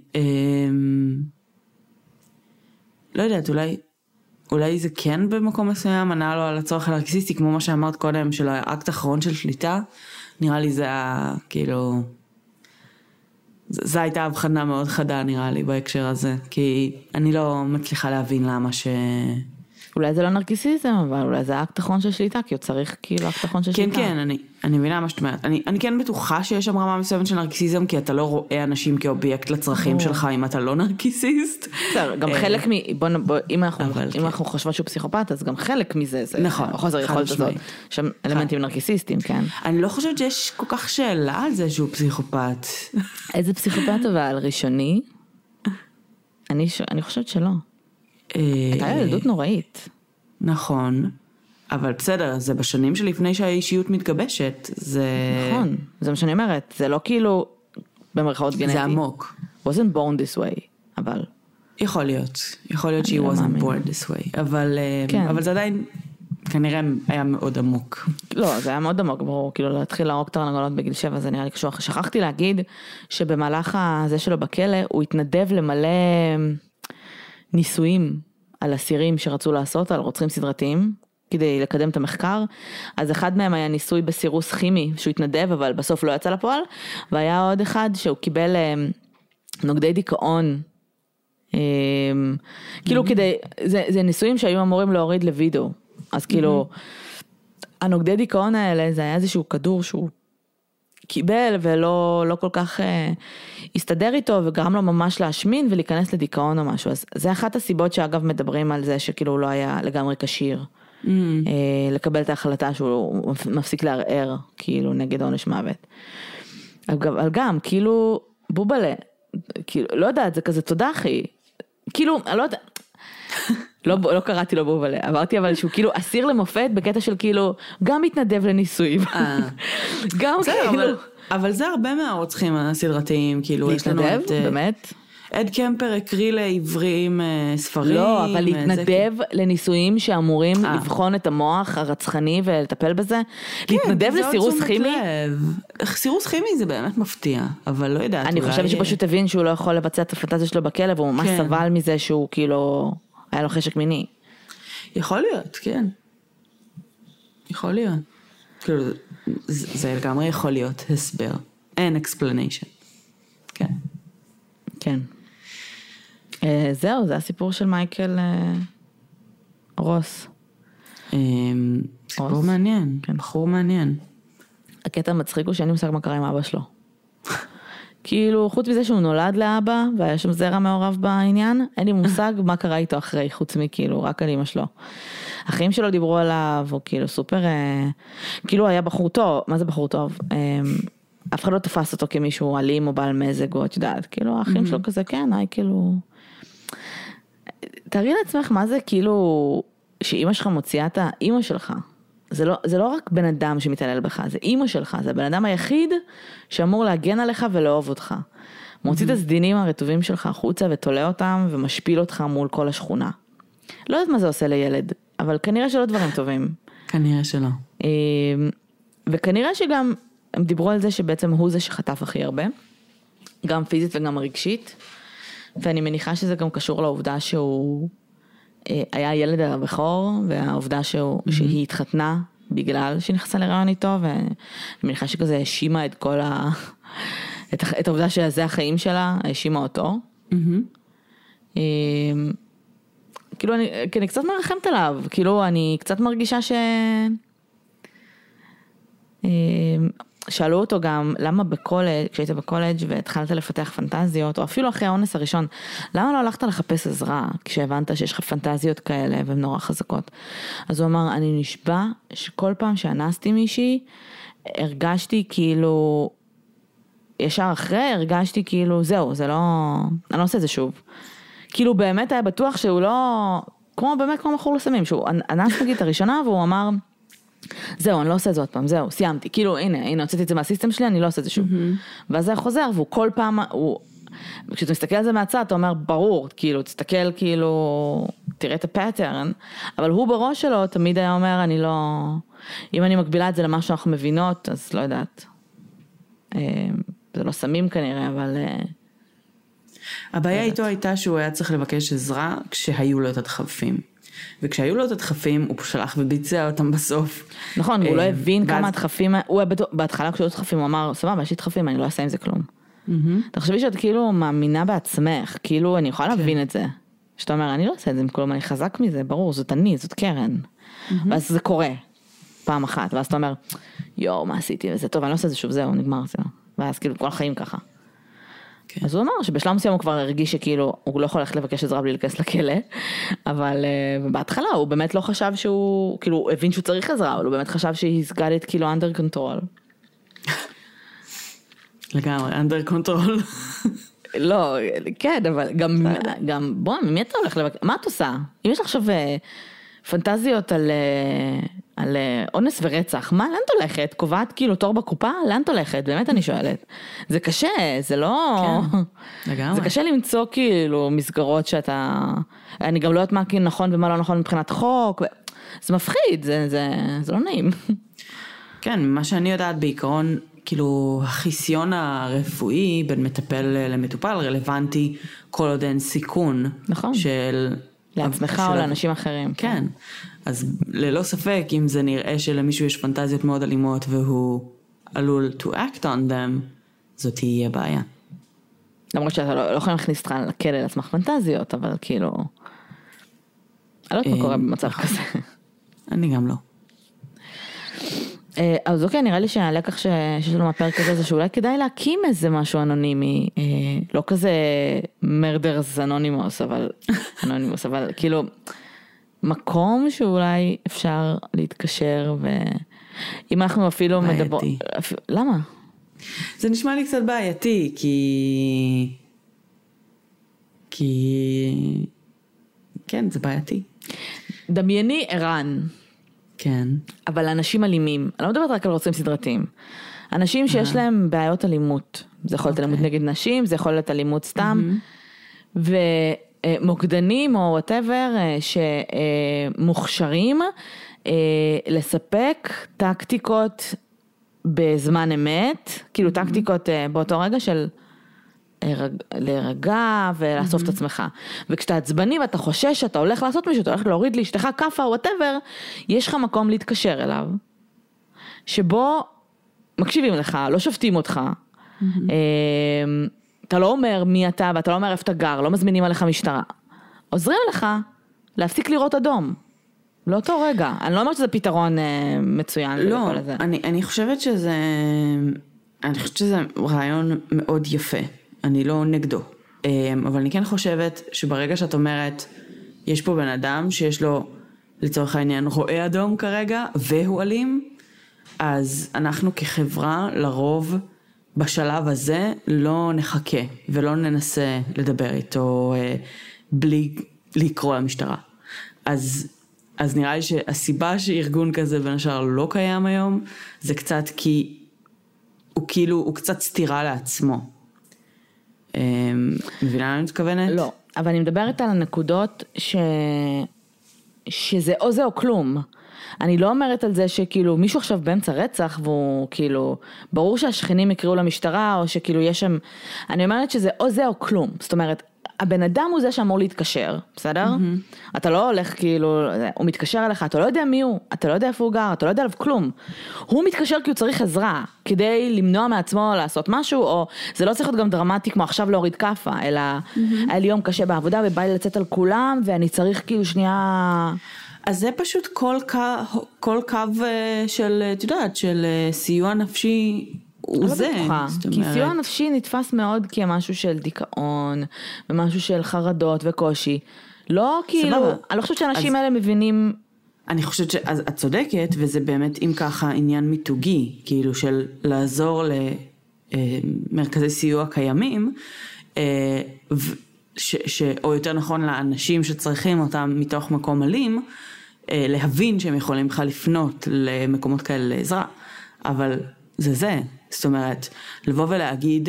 לא יודעת, אולי זה כן במקום מסוים, ענה לו על הצורך הנרקיסיסטי, כמו מה שאמרת קודם, של האקט האחרון של שליטה, נראה לי זה היה, כאילו, זו הייתה הבחנה מאוד חדה נראה לי בהקשר הזה, כי אני לא מצליחה להבין למה אולי זה לא נרקיסיזם, אבל אולי זה האקט האחרון של שליטה, כי הוא צריך כאילו האקט האחרון של שליטה. כן, אני מבינה מה שאת אומרת. אני כן בטוחה שיש שם רמה מסוימת של נרקיסיזם, כי אתה לא רואה אנשים כאובייקט לצרכים שלך, אם אתה לא נרקיסיסט. גם חלק אם אנחנו חושבים שהוא פסיכופת, אז גם חלק מזה זה חוסר יכולת הזאת, שם אלמנטים נרקיסיסטים, כן. אני לא חושבת שיש כל כך שאלה על זה שהוא פסיכופת. איזה פסיכופת אבל ראשוני? אני חושבת שלא. הייתה ילדות נוראית. נכון, אבל בסדר, זה בשנים שלפני שהאישיות מתגבשת, זה... נכון, זה מה שאני אומרת, זה לא כאילו במרכאות גנטי. זה עמוק. wasn't born this way, אבל... יכול להיות שהיא wasn't born this way, אבל זה עדיין כנראה היה מאוד עמוק. לא, זה היה מאוד עמוק, ברור, כאילו להתחיל להרוג תרנגולות בגיל 7, זה נראה לי קשור. שכחתי להגיד שבמהלך הזה שלו בכלא, הוא התנדב למלא ניסויים על אסירים שרצו לעשות, על רוצחים סדרתיים, כדי לקדם את המחקר. אז אחד מהם היה ניסוי בסירוס כימי, שהוא התנדב, אבל בסוף לא יצא לפועל, והיה עוד אחד שהוא קיבל נוגדי דיכאון, כאילו כדי, זה ניסויים שהיו אמורים להוריד לוידאו, אז כאילו, הנוגדי דיכאון האלה, זה היה איזשהו כדור שהוא קיבל ולא כל כך הסתדר איתו וגרם לו ממש להשמין ולהיכנס לדיכאון או משהו. אז זה אחת הסיבות שאגב מדברים על זה שכאילו הוא לא היה לגמרי כשיר לקבל את ההחלטה שהוא מפסיק לערער כאילו נגד עונש מוות. אבל גם כאילו בובלה, כאילו, לא יודעת, זה כזה תודה אחי, כאילו אני לא יודעת, לא קראתי לו בובלה, עברתי אבל שהוא כאילו אסיר למופת בקטע של כאילו גם מתנדב לניסויים. גם כאילו. אבל זה הרבה מהרוצחים הסדרתיים, כאילו יש לנו להתנדב, באמת? אד קמפר הקריא לעברים ספרים. לא, אבל להתנדב לניסויים שאמורים לבחון את המוח הרצחני ולטפל בזה. להתנדב לסירוס כימי? סירוס כימי זה באמת מפתיע, אבל לא יודעת. אני חושבת שפשוט הבין שהוא לא יכול לבצע את הפנטזיה שלו בכלא, והוא ממש סבל מזה שהוא כאילו, היה לו חשק מיני. יכול להיות, כן. יכול להיות. כאילו, זה לגמרי יכול להיות הסבר. אין explanation. כן. כן. זהו, זה הסיפור של מייקל רוס. סיפור מעניין, בחור מעניין. הקטע מצחיק הוא שאין מושג מה קרה עם אבא שלו. כאילו, חוץ מזה שהוא נולד לאבא, והיה שם זרע מעורב בעניין, אין לי מושג מה קרה איתו אחרי, חוץ מכאילו, רק על אמא שלו. החיים שלו דיברו עליו, הוא כאילו סופר, כאילו היה בחור טוב, מה זה בחור טוב? אף אחד לא תפס אותו כמישהו אלים או בעל מזג, או את יודעת, כאילו, האחים שלו כזה, כן, כאילו... תראי לעצמך מה זה כאילו, שאמא שלך מוציאה את האמא שלך. זה לא רק בן אדם שמתעלל בך, זה אמא שלך, זה הבן אדם היחיד שאמור להגן עליך ולאהוב אותך. מוציא את הסדינים הרטובים שלך החוצה ותולה אותם ומשפיל אותך מול כל השכונה. לא יודעת מה זה עושה לילד, אבל כנראה שלא דברים טובים. כנראה שלא. וכנראה שגם הם דיברו על זה שבעצם הוא זה שחטף הכי הרבה, גם פיזית וגם רגשית, ואני מניחה שזה גם קשור לעובדה שהוא היה ילד הבכור, והעובדה שהיא התחתנה בגלל שהיא נכנסה להיריון איתו, ואני מניחה שכזה האשימה את כל את העובדה שזה החיים שלה, האשימה אותו. כאילו אני קצת מרחמת עליו, כאילו אני קצת מרגישה שאלו אותו גם, למה בקולג', כשהיית בקולג' והתחלת לפתח פנטזיות, או אפילו אחרי האונס הראשון, למה לא הלכת לחפש עזרה, כשהבנת שיש לך פנטזיות כאלה, והן נורא חזקות? אז הוא אמר, אני נשבע שכל פעם שאנסתי מישהי, הרגשתי כאילו, ישר אחרי, הרגשתי כאילו, זהו, זה לא, אני לא עושה את זה שוב. כאילו באמת היה בטוח שהוא לא, באמת כמו מכור לסמים, שהוא אנס נגיד את הראשונה, והוא אמר, זהו, אני לא עושה את זה עוד פעם, זהו, סיימתי, כאילו, הנה, הוצאתי את זה מהסיסטם שלי, אני לא עושה את זה שוב. ואז זה חוזר, והוא כל פעם, כשאתה מסתכל על זה מהצד, אתה אומר, ברור, כאילו, תסתכל, כאילו, תראה את הפאטרן, אבל הוא בראש שלו תמיד היה אומר, אני לא, אם אני מקבילה את זה למה שאנחנו מבינות, אז לא יודעת. זה לא סמים כנראה, אבל... הבעיה איתו הייתה שהוא היה צריך לבקש עזרה כשהיו לו את הדחפים. וכשהיו לו את הדחפים, הוא שלח וביצע אותם בסוף. נכון, הוא לא הבין כמה הדחפים, הוא בהתחלה כשהיו דחפים, הוא אמר, סבבה, יש לי דחפים, אני לא אעשה עם זה כלום. תחשבי שאת כאילו מאמינה בעצמך, כאילו אני יכולה להבין את זה. שאתה אומר, אני לא אעשה את זה עם כלום, אני חזק מזה, ברור, זאת אני, זאת קרן. ואז זה קורה, פעם אחת, ואז אתה אומר, יואו, מה עשיתי? וזה טוב, אני לא עושה את זה שוב, זהו, נגמר, זהו. ואז כאילו כל החיים ככה. אז הוא אמר שבשלב מסוים הוא כבר הרגיש שכאילו הוא לא יכול ללכת לבקש עזרה בלי להיכנס לכלא, אבל בהתחלה הוא באמת לא חשב שהוא, כאילו הוא הבין שהוא צריך עזרה, אבל הוא באמת חשב he's got it כאילו under control. לגמרי, under control. לא, כן, אבל גם בוא, מי אתה הולך לבקש, מה את עושה? אם יש לך עכשיו פנטזיות על אונס ורצח, מה, לאן את הולכת? קובעת כאילו תור בקופה? לאן את הולכת? באמת אני שואלת. זה קשה, זה לא... כן, לגמרי. זה קשה למצוא כאילו מסגרות שאתה... אני גם לא יודעת מה נכון ומה לא נכון מבחינת חוק. זה מפחיד, זה לא נעים. כן, מה שאני יודעת בעיקרון, כאילו החיסיון הרפואי בין מטפל למטופל רלוונטי כל עוד אין סיכון. נכון. של... לעצמך או לאנשים אחרים. כן. אז ללא ספק, אם זה נראה שלמישהו יש פנטזיות מאוד אלימות והוא עלול to act on them, זאת תהיה בעיה. למרות שאתה לא יכול להכניס אותך לכלא לעצמך פנטזיות, אבל כאילו... אני לא יודעת מה קורה במצב כזה. אני גם לא. אז אוקיי, נראה לי שהלקח שיש לנו מהפרק הזה זה שאולי כדאי להקים איזה משהו אנונימי, לא כזה מרדרס אנונימוס, אבל כאילו מקום שאולי אפשר להתקשר, ואם אנחנו אפילו מדברים... למה? זה נשמע לי קצת בעייתי, כי... כן, זה בעייתי. דמייני ערן. כן. אבל אנשים אלימים, אני לא מדברת רק על רוצים סדרתיים, אנשים שיש להם בעיות אלימות, זה יכול להיות אלימות נגד נשים, זה יכול להיות אלימות סתם, ומוקדנים או whatever, שמוכשרים לספק טקטיקות בזמן אמת, כאילו טקטיקות באותו רגע של להירגע ולאסוף את עצמך. וכשאתה עצבני ואתה חושש שאתה הולך לעשות מישהו, אתה הולך להוריד לאשתך כפה או whatever, יש לך מקום להתקשר אליו, שבו מקשיבים לך, לא שופטים אותך, אתה לא אומר מי אתה ואתה לא אומר איפה אתה גר, לא מזמינים עליך משטרה, עוזרים לך להפסיק לראות אדום. לאותו רגע. אני לא אומרת שזה פתרון מצוין. לא, אני חושבת שזה רעיון מאוד יפה. אני לא נגדו. אבל אני כן חושבת שברגע שאת אומרת, יש פה בן אדם שיש לו, לצורך העניין, רואה אדום כרגע, והוא אלים, אז אנחנו כחברה, לרוב, בשלב הזה, לא נחכה, ולא ננסה לדבר איתו, בלי לקרוא למשטרה. אז נראה לי שהסיבה שארגון כזה בין השאר לא קיים היום, זה קצת כי הוא קצת סתירה לעצמו. מבינה אני מתכוונת? לא, אבל אני מדברת על הנקודות שזה או זה או כלום. אני לא אומרת על זה שכאילו מישהו עכשיו באמצע רצח והוא כאילו, ברור שהשכנים יקראו למשטרה או שכאילו יש שם, אני אומרת שזה או זה או כלום. זאת אומרת, הבן אדם הוא זה שאמור להתקשר, בסדר? אתה לא הולך כאילו, הוא מתקשר אליך, אתה לא יודע מי הוא, אתה לא יודע איפה הוא גר, אתה לא יודע עליו כלום. הוא מתקשר כי הוא צריך עזרה, כדי למנוע מעצמו לעשות משהו, או זה לא צריך להיות גם דרמטי כמו עכשיו להוריד כפה, אלא היה לי יום קשה בעבודה ובא לי לצאת על כולם, ואני צריך כאילו שנייה... אז זה פשוט כל קו של, את יודעת, של סיוע נפשי, הוא זה. כי סיוע נפשי נתפס מאוד כמשהו של דיכאון, ומשהו של חרדות וקושי. לא כאילו, אני לא חושבת שאנשים האלה מבינים... אני חושבת שאת צודקת, וזה באמת אם ככה עניין מיתוגי, כאילו של לעזור למרכזי סיוע קיימים, או יותר נכון לאנשים שצריכים אותם מתוך מקום אלים, להבין שהם יכולים לך לפנות למקומות כאלה לעזרה. אבל זה. זאת אומרת, לבוא ולהגיד,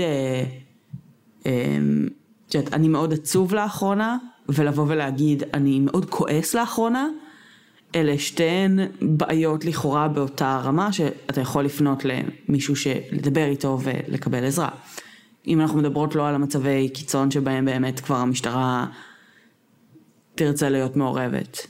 אני מאוד עצוב לאחרונה, ולבוא ולהגיד, אני מאוד כועס לאחרונה, אלה שתיהן בעיות לכאורה באותה רמה, שאתה יכול לפנות למישהו לדבר איתו ולקבל עזרה. אם אנחנו מדברות לא על המצבי קיצון שבהם באמת כבר המשטרה תרצה להיות מעורבת.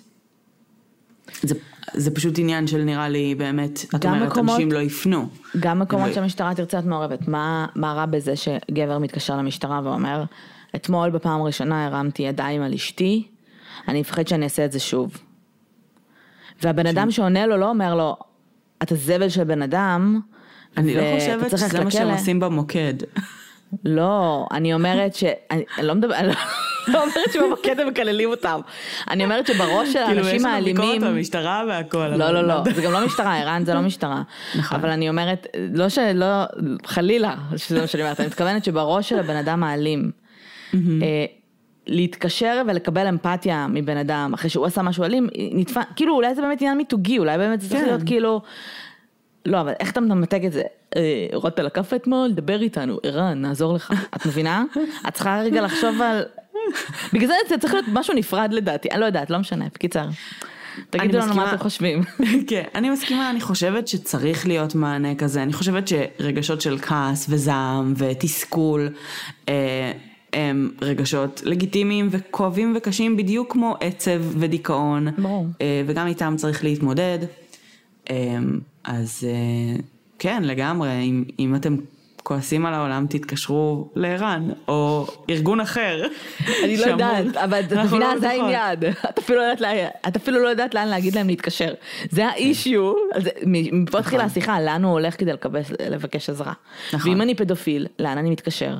זה פשוט עניין של נראה לי באמת, את אומרת, אנשים לא יפנו. גם מקומות שהמשטרה תרצה להיות מעורבת. מה רע בזה שגבר מתקשר למשטרה ואומר, אתמול בפעם הראשונה הרמתי ידיים על אשתי, אני מפחד שאני אעשה את זה שוב. והבן אדם שעונה לו לא אומר לו, אתה זבל של בן אדם, אני לא חושבת שזה מה שהם עושים במוקד. לא, אני אומרת אני לא אומרת שבמוקד הם מקללים אותם. אני אומרת שבראש של האנשים האלימים... כאילו יש לנו ביקורת במשטרה והכל. לא, זה גם לא משטרה, ערן זה לא משטרה. אבל אני אומרת, לא, חלילה, שזה מה שאני אומרת, אני מתכוונת שבראש של הבן אדם האלים, להתקשר ולקבל אמפתיה מבן אדם, אחרי שהוא עשה משהו אלים, כאילו אולי זה באמת עניין מיתוגי, אולי באמת זה צריך להיות כאילו... לא, אבל איך אתה מתמתק את זה? הורדת לקפה אתמול, דבר איתנו, ערן, נעזור לך. את מבינה? את צריכה רגע לחשוב על... בגלל זה צריך להיות משהו נפרד לדעתי. אני לא יודעת, לא משנה, בקיצר. תגידו לנו מה אתם חושבים. כן, אני מסכימה, אני חושבת שצריך להיות מענה כזה. אני חושבת שרגשות של כעס וזעם ותסכול, הם רגשות לגיטימיים וכואבים וקשים, בדיוק כמו עצב ודיכאון. ברור. וגם איתם צריך להתמודד. אז כן, לגמרי, אם אתם כועסים על העולם, תתקשרו לערן, או ארגון אחר. אני לא יודעת, אבל את מבינה, זה העניין. את אפילו לא יודעת לאן להגיד להם להתקשר. זה האישיו, מפה התחילה השיחה, לאן הוא הולך כדי לבקש עזרה. ואם אני פדופיל, לאן אני מתקשר?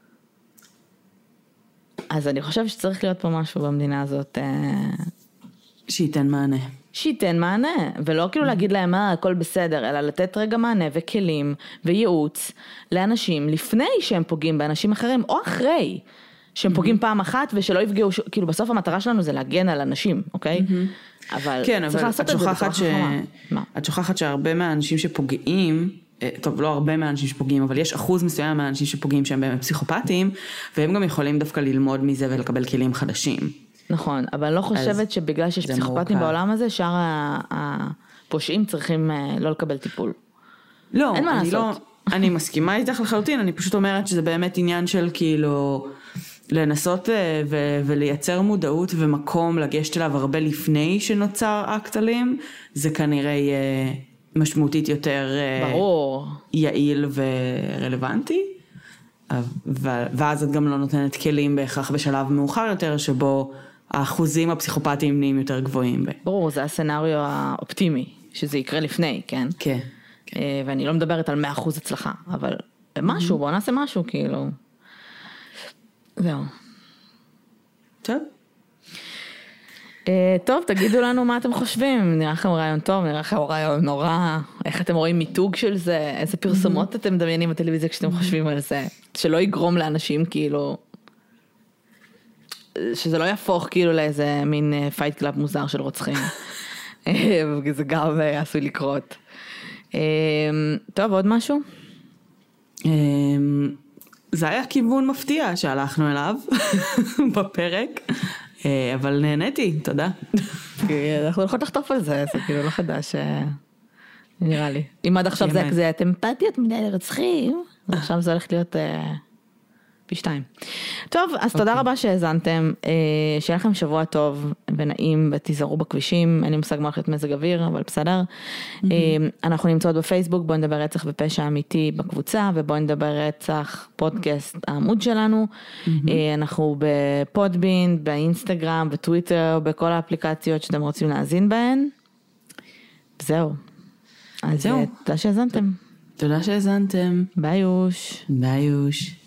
אז אני חושב שצריך להיות פה משהו במדינה הזאת. שייתן מענה. שייתן מענה, ולא כאילו להגיד להם הכל בסדר, אלא לתת רגע מענה וכלים וייעוץ לאנשים לפני שהם פוגעים באנשים אחרים, או אחרי שהם פוגעים פעם אחת ושלא יפגעו, כאילו בסוף המטרה שלנו זה להגן על אנשים, אוקיי? אבל צריך לעשות את זה בצורה חכמה. את שוכחת שהרבה מהאנשים שפוגעים, טוב, לא הרבה מהאנשים שפוגעים, אבל יש אחוז מסוים מהאנשים שפוגעים שהם באמת פסיכופטיים, והם גם יכולים דווקא ללמוד מזה ולקבל כלים חדשים. נכון, אבל אני לא חושבת שבגלל שיש פסיכופטים בעולם הזה, שאר הפושעים צריכים לא לקבל טיפול. לא, אין מה לעשות. אני מסכימה איתך לחלוטין, אני פשוט אומרת שזה באמת עניין של כאילו, לנסות ולייצר מודעות ומקום לגשת אליו הרבה לפני שנוצר אקט אלים, זה כנראה יהיה משמעותית יותר ברור. יעיל ורלוונטי, ואז את גם לא נותנת כלים בהכרח בשלב מאוחר יותר, שבו האחוזים הפסיכופטיים נהיים יותר גבוהים. ברור, זה הסצנריו האופטימי, שזה יקרה לפני, כן? כן. ואני לא מדברת על 100% הצלחה, אבל משהו, בוא נעשה משהו, כאילו. זהו. טוב. טוב, תגידו לנו מה אתם חושבים, נראה לכם רעיון טוב, נראה לכם רעיון נורא, איך אתם רואים מיתוג של זה, איזה פרסומות אתם מדמיינים בטלוויזיה כשאתם חושבים על זה, שלא יגרום לאנשים כאילו, שזה לא יהפוך כאילו לאיזה מין פייט קלאב מוזר של רוצחים, זה גם עשוי לקרות. טוב, עוד משהו? זה היה כיוון מפתיע שהלכנו אליו בפרק, אבל נהניתי, תודה. אנחנו הולכות לחטוף על זה, זה כאילו לא חדש, נראה לי. אם עד עכשיו זה כזה, אתם אמפתיות מדי לרצחים, עכשיו זה הולך להיות פי 2. טוב, אז תודה רבה שהאזנתם, שיהיה לכם שבוע טוב ונעים ותיזהרו בכבישים, אין לי מושג מה הולך להיות מזג אוויר, אבל בסדר. אנחנו נמצאות בפייסבוק, בואו נדבר רצח ופשע אמיתי בקבוצה, ובואו נדבר רצח פודקאסט העמוד שלנו, אנחנו בפודבין, באינסטגרם, בטוויטר, בכל האפליקציות שאתם רוצים להאזין בהן. זהו. אז תודה שהאזנתם. תודה שהאזנתם. ביי יוש. ביי יוש.